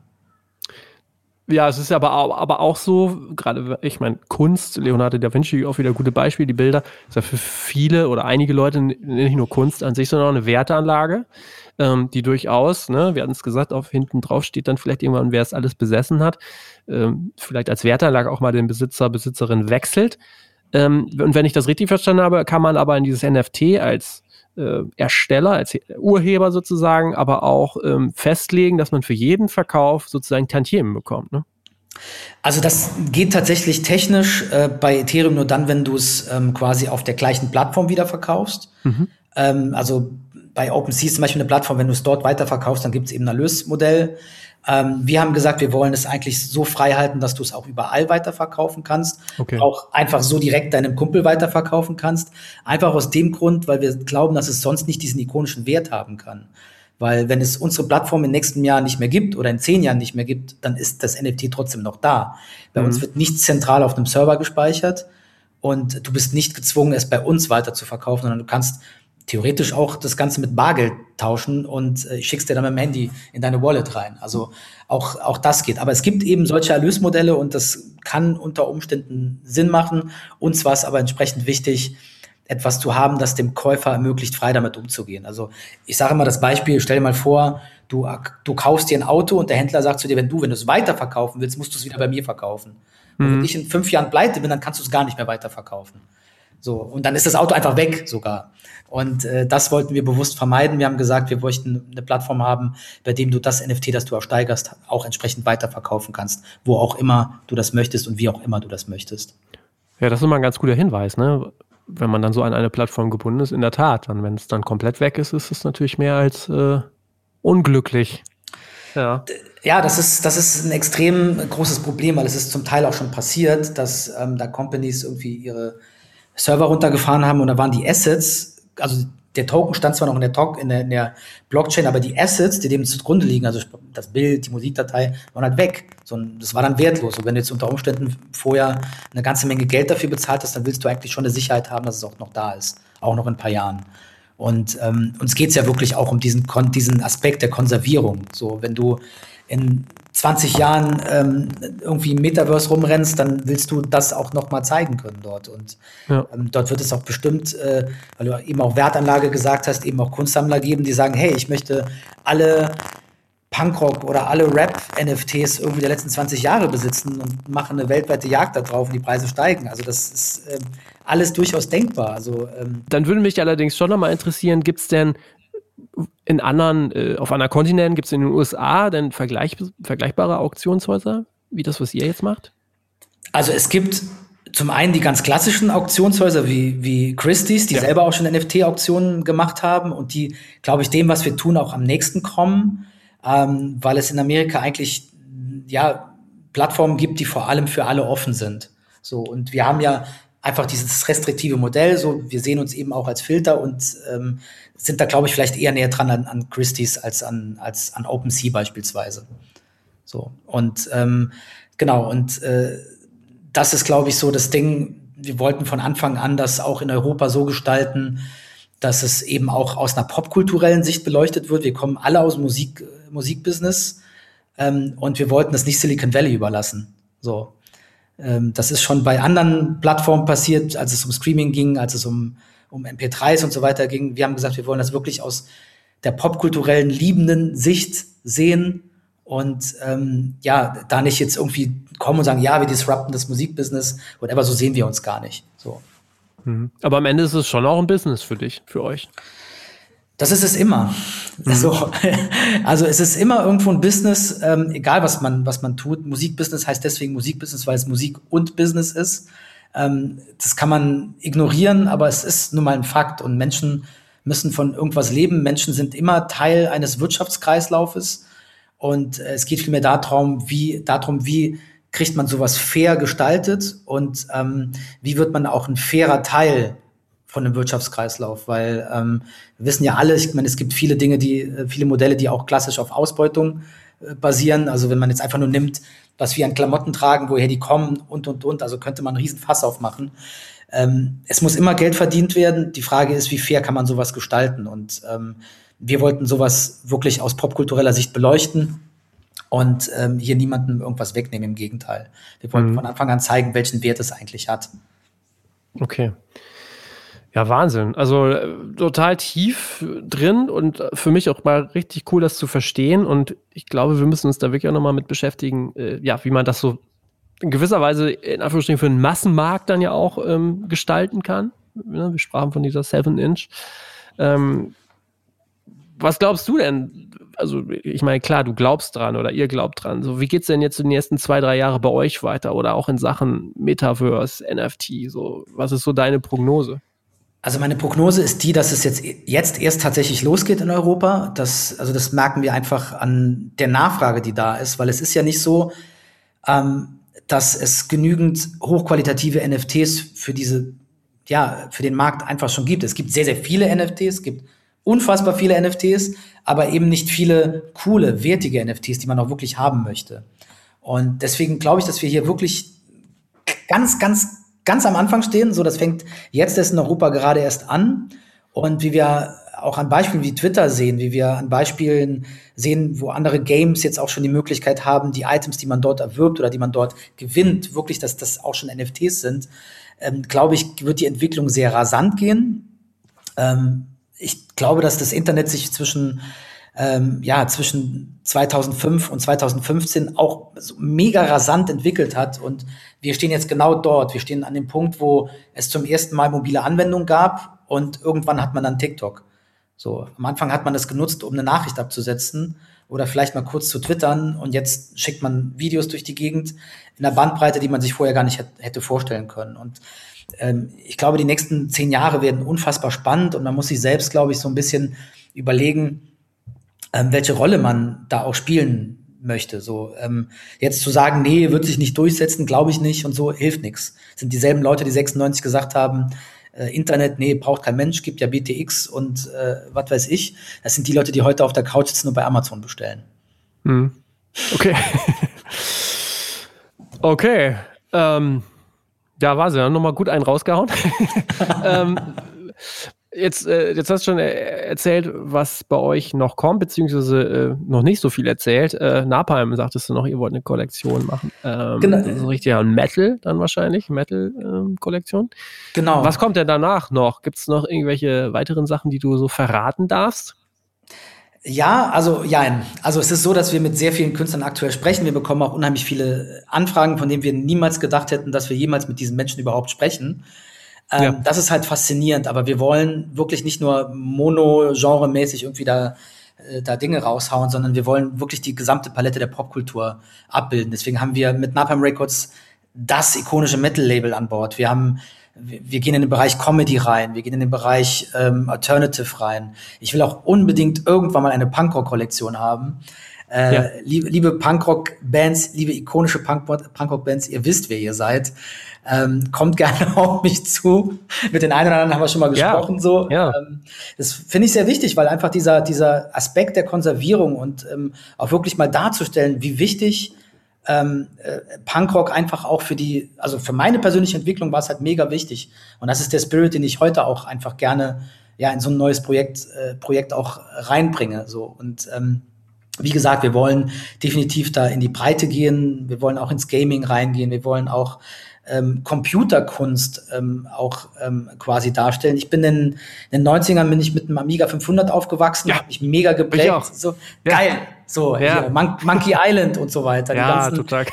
Ja, es ist aber, aber auch so, gerade, ich meine, Kunst, Leonardo da Vinci, auch wieder gute Beispiele, die Bilder, ist ja für viele oder einige Leute nicht nur Kunst an sich, sondern auch eine Werteanlage, ähm, die durchaus, ne, wir hatten es gesagt, auf hinten drauf steht dann vielleicht irgendwann, wer es alles besessen hat, ähm, vielleicht als Werteanlage auch mal den Besitzer, Besitzerin wechselt. Ähm, und wenn ich das richtig verstanden habe, kann man aber in dieses N F T als Äh, Ersteller, als Urheber sozusagen, aber auch ähm, festlegen, dass man für jeden Verkauf sozusagen Tantiemen bekommt, ne? Also das geht tatsächlich technisch äh, bei Ethereum nur dann, wenn du es ähm, quasi auf der gleichen Plattform wieder verkaufst. Mhm. Ähm, also bei OpenSea ist zum Beispiel eine Plattform, wenn du es dort weiterverkaufst, dann gibt es eben ein Erlösmodell. Ähm, wir haben gesagt, wir wollen es eigentlich so frei halten, dass du es auch überall weiterverkaufen kannst. Okay. Auch einfach so direkt deinem Kumpel weiterverkaufen kannst. Einfach aus dem Grund, weil wir glauben, dass es sonst nicht diesen ikonischen Wert haben kann. Weil wenn es unsere Plattform im nächsten Jahr nicht mehr gibt oder in zehn Jahren nicht mehr gibt, dann ist das N F T trotzdem noch da. Bei mhm. uns wird nichts zentral auf einem Server gespeichert und du bist nicht gezwungen, es bei uns weiter zu verkaufen, sondern du kannst theoretisch auch das Ganze mit Bargeld tauschen und äh, schickst dir dann mit dem Handy in deine Wallet rein. Also auch, auch das geht. Aber es gibt eben solche Erlösmodelle und das kann unter Umständen Sinn machen. Uns war es aber entsprechend wichtig, etwas zu haben, das dem Käufer ermöglicht, frei damit umzugehen. Also ich sage immer das Beispiel, stell dir mal vor, du, du kaufst dir ein Auto und der Händler sagt zu dir, wenn du, wenn du es weiterverkaufen willst, musst du es wieder bei mir verkaufen. Mhm. Und wenn ich in fünf Jahren pleite bin, dann kannst du es gar nicht mehr weiterverkaufen. So, und dann ist das Auto einfach weg sogar. Und äh, das wollten wir bewusst vermeiden. Wir haben gesagt, wir möchten eine Plattform haben, bei dem du das N F T, das du ersteigerst, auch entsprechend weiterverkaufen kannst, wo auch immer du das möchtest und wie auch immer du das möchtest. Ja, das ist immer ein ganz guter Hinweis, ne? Wenn man dann so an eine Plattform gebunden ist, in der Tat. Dann, wenn es dann komplett weg ist, ist es natürlich mehr als äh, unglücklich. Ja. Ja, das ist, das ist ein extrem großes Problem, weil es ist zum Teil auch schon passiert, dass ähm, da Companies irgendwie ihre Server runtergefahren haben und da waren die Assets, also der Token stand zwar noch in der, Talk, in der, in der Blockchain, aber die Assets, die dem zugrunde liegen, also das Bild, die Musikdatei, waren halt weg. So, das war dann wertlos. Und wenn du jetzt unter Umständen vorher eine ganze Menge Geld dafür bezahlt hast, dann willst du eigentlich schon eine Sicherheit haben, dass es auch noch da ist, auch noch in ein paar Jahren. Und ähm, uns geht's ja wirklich auch um diesen, diesen Aspekt der Konservierung. So, wenn du in zwanzig Jahren ähm, irgendwie im Metaverse rumrennst, dann willst du das auch noch mal zeigen können dort. Und ja. ähm, dort wird es auch bestimmt, äh, weil du eben auch Wertanlage gesagt hast, eben auch Kunstsammler geben, die sagen, hey, ich möchte alle Punkrock oder alle Rap-N F Ts irgendwie der letzten zwanzig Jahre besitzen und machen eine weltweite Jagd da drauf und die Preise steigen. Also das ist ähm, alles durchaus denkbar. Also, ähm Dann würde mich allerdings schon noch mal interessieren, gibt es denn in anderen, äh, auf anderen Kontinenten, gibt es in den U S A denn vergleich, vergleichbare Auktionshäuser, wie das, was ihr jetzt macht? Also es gibt zum einen die ganz klassischen Auktionshäuser wie, wie Christie's, die ja. selber auch schon N F T-Auktionen gemacht haben und die, glaube ich, dem, was wir tun, auch am nächsten kommen, ähm, weil es in Amerika eigentlich ja Plattformen gibt, die vor allem für alle offen sind. So, und wir haben ja einfach dieses restriktive Modell, so wir sehen uns eben auch als Filter und ähm, sind da, glaube ich, vielleicht eher näher dran an, an Christie's als an, als an OpenSea beispielsweise. So, und ähm, genau, und äh, das ist, glaube ich, so das Ding, wir wollten von Anfang an das auch in Europa so gestalten, dass es eben auch aus einer popkulturellen Sicht beleuchtet wird. Wir kommen alle aus dem Musik, Musikbusiness ähm, und wir wollten das nicht Silicon Valley überlassen. So. Das ist schon bei anderen Plattformen passiert, als es um Streaming ging, als es um, um M P drei s und so weiter ging. Wir haben gesagt, wir wollen das wirklich aus der popkulturellen, liebenden Sicht sehen und ähm, ja, da nicht jetzt irgendwie kommen und sagen, ja, wir disrupten das Musikbusiness, whatever, so sehen wir uns gar nicht. So. Mhm. Aber am Ende ist es schon auch ein Business für dich, für euch. Das ist es immer. Mhm. So, also es ist immer irgendwo ein Business, ähm, egal was man, was man tut. Musikbusiness heißt deswegen Musikbusiness, weil es Musik und Business ist. Ähm, das kann man ignorieren, aber es ist nun mal ein Fakt. Und Menschen müssen von irgendwas leben. Menschen sind immer Teil eines Wirtschaftskreislaufes. Und äh, es geht vielmehr darum, wie, darum, wie kriegt man sowas fair gestaltet und ähm, wie wird man auch ein fairer Teil von einem Wirtschaftskreislauf, weil ähm, wir wissen ja alle, ich meine, es gibt viele Dinge, die, viele Modelle, die auch klassisch auf Ausbeutung äh, basieren. Also wenn man jetzt einfach nur nimmt, was wir an Klamotten tragen, woher die kommen und, und, und, also könnte man einen riesen Fass aufmachen. Ähm, es muss immer Geld verdient werden. Die Frage ist, wie fair kann man sowas gestalten? Und ähm, wir wollten sowas wirklich aus popkultureller Sicht beleuchten und ähm, hier niemandem irgendwas wegnehmen, im Gegenteil. Wir wollten mhm. von Anfang an zeigen, welchen Wert es eigentlich hat. Okay. Ja, Wahnsinn. Also äh, total tief drin und für mich auch mal richtig cool, das zu verstehen. Und ich glaube, wir müssen uns da wirklich auch nochmal mit beschäftigen, äh, ja, wie man das so in gewisser Weise in Anführungsstrichen für einen Massenmarkt dann ja auch ähm, gestalten kann. Ja, wir sprachen von dieser seven inch. Ähm, was glaubst du denn? Also ich meine, klar, du glaubst dran oder ihr glaubt dran. So, wie geht's denn jetzt in den nächsten zwei, drei Jahre bei euch weiter oder auch in Sachen Metaverse, N F T? So, was ist so deine Prognose? Also meine Prognose ist die, dass es jetzt, jetzt erst tatsächlich losgeht in Europa. Das, also das merken wir einfach an der Nachfrage, die da ist, weil es ist ja nicht so, ähm, dass es genügend hochqualitative N F Ts für diese, ja, für den Markt einfach schon gibt. Es gibt sehr, sehr viele N F Ts, es gibt unfassbar viele N F Ts, aber eben nicht viele coole, wertige N F Ts, die man auch wirklich haben möchte. Und deswegen glaube ich, dass wir hier wirklich ganz, ganz ganz am Anfang stehen, so das fängt jetzt erst in Europa gerade erst an und wie wir auch an Beispielen wie Twitter sehen, wie wir an Beispielen sehen, wo andere Games jetzt auch schon die Möglichkeit haben, die Items, die man dort erwirbt oder die man dort gewinnt, wirklich, dass das auch schon N F Ts sind, ähm, glaube ich, wird die Entwicklung sehr rasant gehen. Ähm, ich glaube, dass das Internet sich zwischen Ähm, ja, zwischen zweitausendfünf und zweitausendfünfzehn auch so mega rasant entwickelt hat. Und wir stehen jetzt genau dort. Wir stehen an dem Punkt, wo es zum ersten Mal mobile Anwendungen gab und irgendwann hat man dann TikTok. So, am Anfang hat man das genutzt, um eine Nachricht abzusetzen oder vielleicht mal kurz zu twittern und jetzt schickt man Videos durch die Gegend in einer Bandbreite, die man sich vorher gar nicht hätte vorstellen können. Und ähm, ich glaube, die nächsten zehn Jahre werden unfassbar spannend und man muss sich selbst, glaube ich, so ein bisschen überlegen, welche Rolle man da auch spielen möchte. So ähm, jetzt zu sagen, nee, wird sich nicht durchsetzen, glaube ich nicht und so, hilft nichts. Sind dieselben Leute, die sechsundneunzig gesagt haben, äh, Internet, nee, braucht kein Mensch, gibt ja B T X und äh, was weiß ich. Das sind die Leute, die heute auf der Couch sitzen und bei Amazon bestellen. Hm. Okay. okay. Ähm, da war sie ja nochmal gut einen rausgehauen. ähm, Jetzt, äh, jetzt hast du schon äh, erzählt, was bei euch noch kommt, beziehungsweise äh, noch nicht so viel erzählt. Äh, Napalm, sagtest du noch, ihr wollt eine Kollektion machen. Ähm, genau. Das ist richtig, ja, ein Metal dann wahrscheinlich, Metal-Kollektion. Ähm, genau. Was kommt denn danach noch? Gibt es noch irgendwelche weiteren Sachen, die du so verraten darfst? Ja, also ja, also es ist so, dass wir mit sehr vielen Künstlern aktuell sprechen. Wir bekommen auch unheimlich viele Anfragen, von denen wir niemals gedacht hätten, dass wir jemals mit diesen Menschen überhaupt sprechen. Ähm, ja. Das ist halt faszinierend, aber wir wollen wirklich nicht nur mono-genre-mäßig irgendwie da, äh, da Dinge raushauen, sondern wir wollen wirklich die gesamte Palette der Popkultur abbilden. Deswegen haben wir mit Napalm Records das ikonische Metal-Label an Bord. Wir haben, wir, wir gehen in den Bereich Comedy rein, wir gehen in den Bereich ähm, Alternative rein. Ich will auch unbedingt irgendwann mal eine Punkrock-Kollektion haben. Äh, ja. liebe, liebe Punkrock-Bands, liebe ikonische Punk- Punkrock-Bands, ihr wisst, wer ihr seid. Ähm, kommt gerne auf mich zu. Mit den einen oder anderen haben wir schon mal gesprochen. Ja. So. Ja. Ähm, das finde ich sehr wichtig, weil einfach dieser, dieser Aspekt der Konservierung und ähm, auch wirklich mal darzustellen, wie wichtig ähm, äh, Punkrock einfach auch für die, also für meine persönliche Entwicklung war es halt mega wichtig. Und das ist der Spirit, den ich heute auch einfach gerne ja in so ein neues Projekt, äh, Projekt auch reinbringe. So. Und ähm, wie gesagt, wir wollen definitiv da in die Breite gehen. Wir wollen auch ins Gaming reingehen. Wir wollen auch ähm, Computerkunst ähm, auch ähm, quasi darstellen. Ich bin in, in den neunzigern bin ich mit einem Amiga fünfhundert aufgewachsen, ja. habe mich mega geprägt. Ich auch. So ja. geil, so ja. hier, Mon- Monkey Island und so weiter. Ja, die ganzen, total.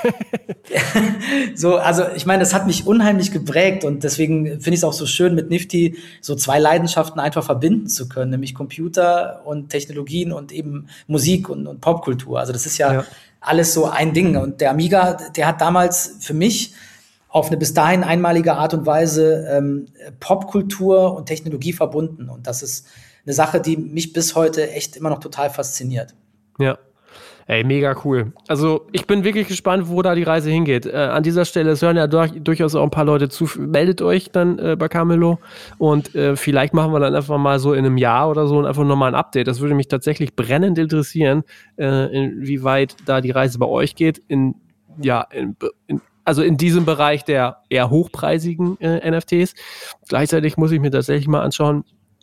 so, also ich meine, das hat mich unheimlich geprägt und deswegen finde ich es auch so schön, mit Nifty so zwei Leidenschaften einfach verbinden zu können, nämlich Computer und Technologien und eben Musik und, und Popkultur. Also das ist ja, ja alles so ein Ding. Und der Amiga, der hat damals für mich auf eine bis dahin einmalige Art und Weise ähm, Popkultur und Technologie verbunden. Und das ist eine Sache, die mich bis heute echt immer noch total fasziniert. Ja. Ey, mega cool. Also ich bin wirklich gespannt, wo da die Reise hingeht. Äh, an dieser Stelle, es hören ja durch, durchaus auch ein paar Leute zu. Meldet euch dann äh, bei Camelo und äh, vielleicht machen wir dann einfach mal so in einem Jahr oder so und einfach nochmal ein Update. Das würde mich tatsächlich brennend interessieren, äh, inwieweit da die Reise bei euch geht. In, ja, in, in Also in diesem Bereich der eher hochpreisigen äh, N F Ts. Gleichzeitig muss ich mir tatsächlich mal anschauen,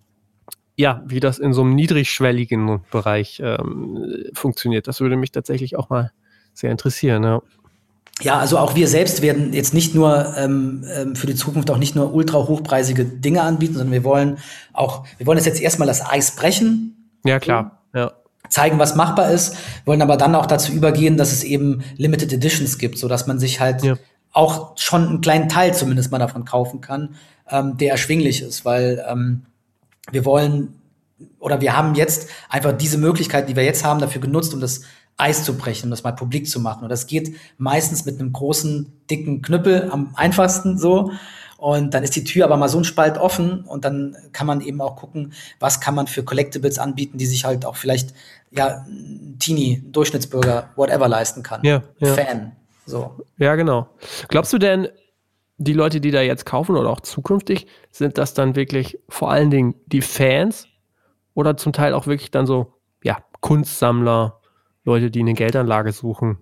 ja, wie das in so einem niedrigschwelligen Bereich ähm, funktioniert. Das würde mich tatsächlich auch mal sehr interessieren. Ja, ja also auch wir selbst werden jetzt nicht nur ähm, für die Zukunft auch nicht nur ultra hochpreisige Dinge anbieten, sondern wir wollen auch, wir wollen jetzt erstmal das Eis brechen. Ja, klar. Ja. Zeigen, was machbar ist, wollen aber dann auch dazu übergehen, dass es eben Limited Editions gibt, sodass man sich halt ja. auch schon einen kleinen Teil zumindest mal davon kaufen kann, ähm, der erschwinglich ist, weil ähm, wir wollen oder wir haben jetzt einfach diese Möglichkeit, die wir jetzt haben, dafür genutzt, um das Eis zu brechen, um das mal publik zu machen. Und das geht meistens mit einem großen, dicken Knüppel am einfachsten so. Und dann ist die Tür aber mal so ein Spalt offen und dann kann man eben auch gucken, was kann man für Collectibles anbieten, die sich halt auch vielleicht ja Teenie, Durchschnittsbürger, whatever leisten kann. Ja, ja. Fan. So. Ja, genau. Glaubst du denn, die Leute, die da jetzt kaufen oder auch zukünftig, sind das dann wirklich vor allen Dingen die Fans oder zum Teil auch wirklich dann so, ja, Kunstsammler, Leute, die eine Geldanlage suchen?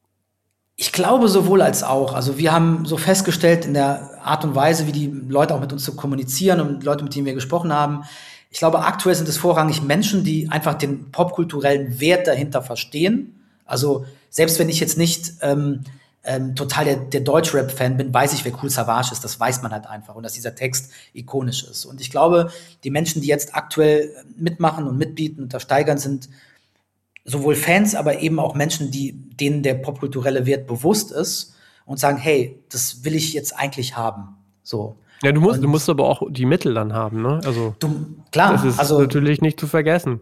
Ich glaube sowohl als auch. Also wir haben so festgestellt in der Art und Weise, wie die Leute auch mit uns so kommunizieren und Leute, mit denen wir gesprochen haben. Ich glaube, aktuell sind es vorrangig Menschen, die einfach den popkulturellen Wert dahinter verstehen. Also selbst wenn ich jetzt nicht ähm, ähm, total der, der Deutschrap-Fan bin, weiß ich, wer Kool Savas ist. Das weiß man halt einfach und dass dieser Text ikonisch ist. Und ich glaube, die Menschen, die jetzt aktuell mitmachen und mitbieten und da steigern, sind sowohl Fans, aber eben auch Menschen, die, denen der popkulturelle Wert bewusst ist und sagen, hey, das will ich jetzt eigentlich haben. So. Ja, du musst, und du musst aber auch die Mittel dann haben, ne? Also du, klar, das ist also natürlich nicht zu vergessen.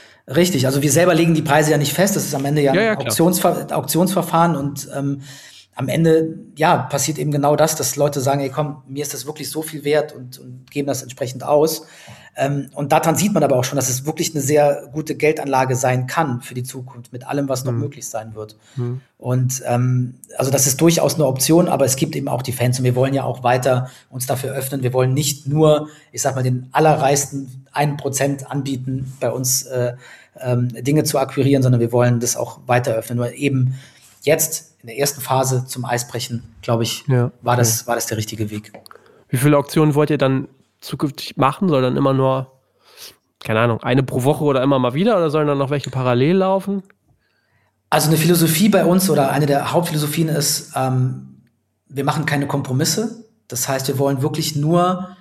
Richtig, also wir selber legen die Preise ja nicht fest, das ist am Ende ja ein ja, ja, Auktionsver- Auktionsverfahren und ähm, am Ende, ja, passiert eben genau das, dass Leute sagen, ey, komm, mir ist das wirklich so viel wert und, und geben das entsprechend aus. Ähm, und daran sieht man aber auch schon, dass es wirklich eine sehr gute Geldanlage sein kann für die Zukunft, mit allem, was noch mhm. möglich sein wird. Mhm. Und ähm, also das ist durchaus eine Option, aber es gibt eben auch die Fans und wir wollen ja auch weiter uns dafür öffnen. Wir wollen nicht nur, ich sag mal, den allerreichsten einen Prozent anbieten, bei uns äh, ähm, Dinge zu akquirieren, sondern wir wollen das auch weiter öffnen. Nur eben jetzt in der ersten Phase zum Eisbrechen, glaube ich, ja, war, okay. das, war das der richtige Weg. Wie viele Auktionen wollt ihr dann zukünftig machen? Soll dann immer nur, keine Ahnung, eine pro Woche oder immer mal wieder? Oder sollen dann noch welche parallel laufen? Also eine Philosophie bei uns oder eine der Hauptphilosophien ist, ähm, wir machen keine Kompromisse. Das heißt, wir wollen wirklich nur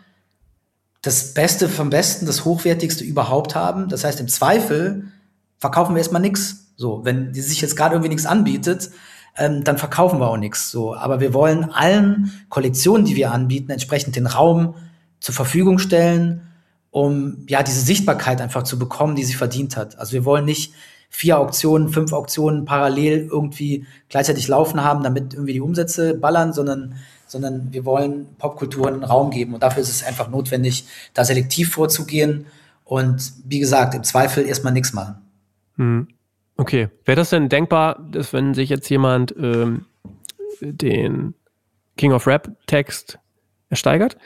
das Beste vom Besten, das Hochwertigste überhaupt haben. Das heißt, im Zweifel verkaufen wir erstmal nichts. So, wenn die sich jetzt gerade irgendwie nichts anbietet, ähm, dann verkaufen wir auch nichts. So, aber wir wollen allen Kollektionen, die wir anbieten, entsprechend den Raum zur Verfügung stellen, um ja diese Sichtbarkeit einfach zu bekommen, die sie verdient hat. Also wir wollen nicht vier Auktionen, fünf Auktionen parallel irgendwie gleichzeitig laufen haben, damit irgendwie die Umsätze ballern, sondern sondern wir wollen Popkultur einen Raum geben. Und dafür ist es einfach notwendig, da selektiv vorzugehen und wie gesagt, im Zweifel erstmal nichts machen. Hm. Okay. Wäre das denn denkbar, dass wenn sich jetzt jemand ähm, den King of Rap Text ersteigert,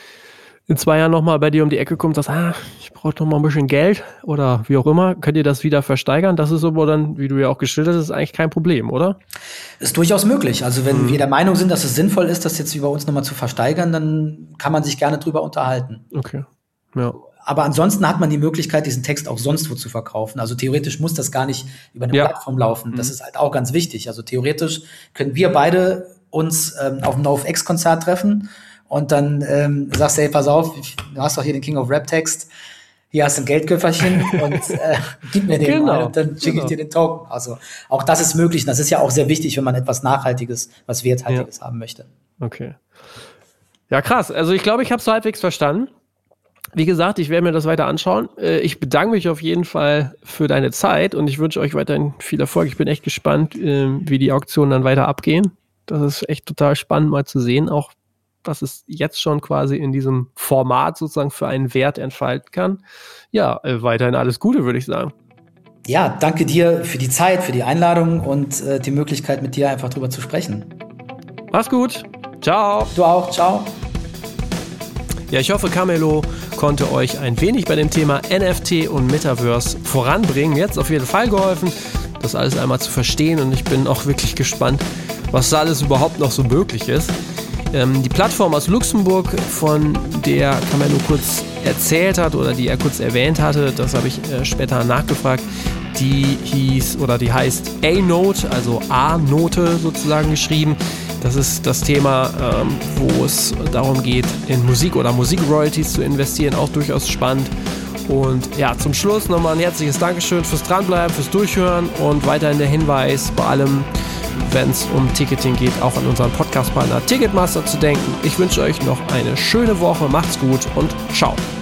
in zwei Jahren nochmal bei dir um die Ecke kommt und sagt, ah, ich brauche noch mal ein bisschen Geld oder wie auch immer, könnt ihr das wieder versteigern? Das ist aber dann, wie du ja auch geschildert hast, ist eigentlich kein Problem, oder? Ist durchaus möglich. Also wenn mhm. wir der Meinung sind, dass es sinnvoll ist, das jetzt über uns nochmal zu versteigern, dann kann man sich gerne drüber unterhalten. Okay, ja. Aber ansonsten hat man die Möglichkeit, diesen Text auch sonst wo zu verkaufen. Also theoretisch muss das gar nicht über eine ja. Plattform laufen. Das mhm. ist halt auch ganz wichtig. Also theoretisch können wir beide uns ähm, auf einem NoFX-Konzert treffen und dann ähm, sagst du, hey, pass auf, du hast doch hier den King of Rap Text, hier hast du ein Geldköfferchen und äh, gib mir den genau. mal und dann schicke genau. ich dir den Token. Also auch das ist möglich und das ist ja auch sehr wichtig, wenn man etwas Nachhaltiges, was Werthaltiges ja. haben möchte. Okay. Ja, krass. Also ich glaube, ich habe es so halbwegs verstanden. Wie gesagt, ich werde mir das weiter anschauen. Ich bedanke mich auf jeden Fall für deine Zeit und ich wünsche euch weiterhin viel Erfolg. Ich bin echt gespannt, wie die Auktionen dann weiter abgehen. Das ist echt total spannend mal zu sehen, auch was es jetzt schon quasi in diesem Format sozusagen für einen Wert entfalten kann. Ja, weiterhin alles Gute, würde ich sagen. Ja, danke dir für die Zeit, für die Einladung und äh, die Möglichkeit, mit dir einfach drüber zu sprechen. Mach's gut. Ciao. Du auch. Ciao. Ja, ich hoffe, Camelo konnte euch ein wenig bei dem Thema N F T und Metaverse voranbringen. Jetzt auf jeden Fall geholfen, das alles einmal zu verstehen und ich bin auch wirklich gespannt, was da alles überhaupt noch so möglich ist. Ähm, die Plattform aus Luxemburg, von der Camelo kurz erzählt hat oder die er kurz erwähnt hatte, das habe ich äh, später nachgefragt, die hieß oder die heißt A-Note, also A-Note sozusagen geschrieben. Das ist das Thema, ähm, wo es darum geht, in Musik oder Musikroyalties zu investieren, auch durchaus spannend. Und ja, zum Schluss nochmal ein herzliches Dankeschön fürs Dranbleiben, fürs Durchhören und weiterhin der Hinweis, vor allem, wenn es um Ticketing geht, auch an unseren Podcast-Partner Ticketmaster zu denken. Ich wünsche euch noch eine schöne Woche, macht's gut und ciao.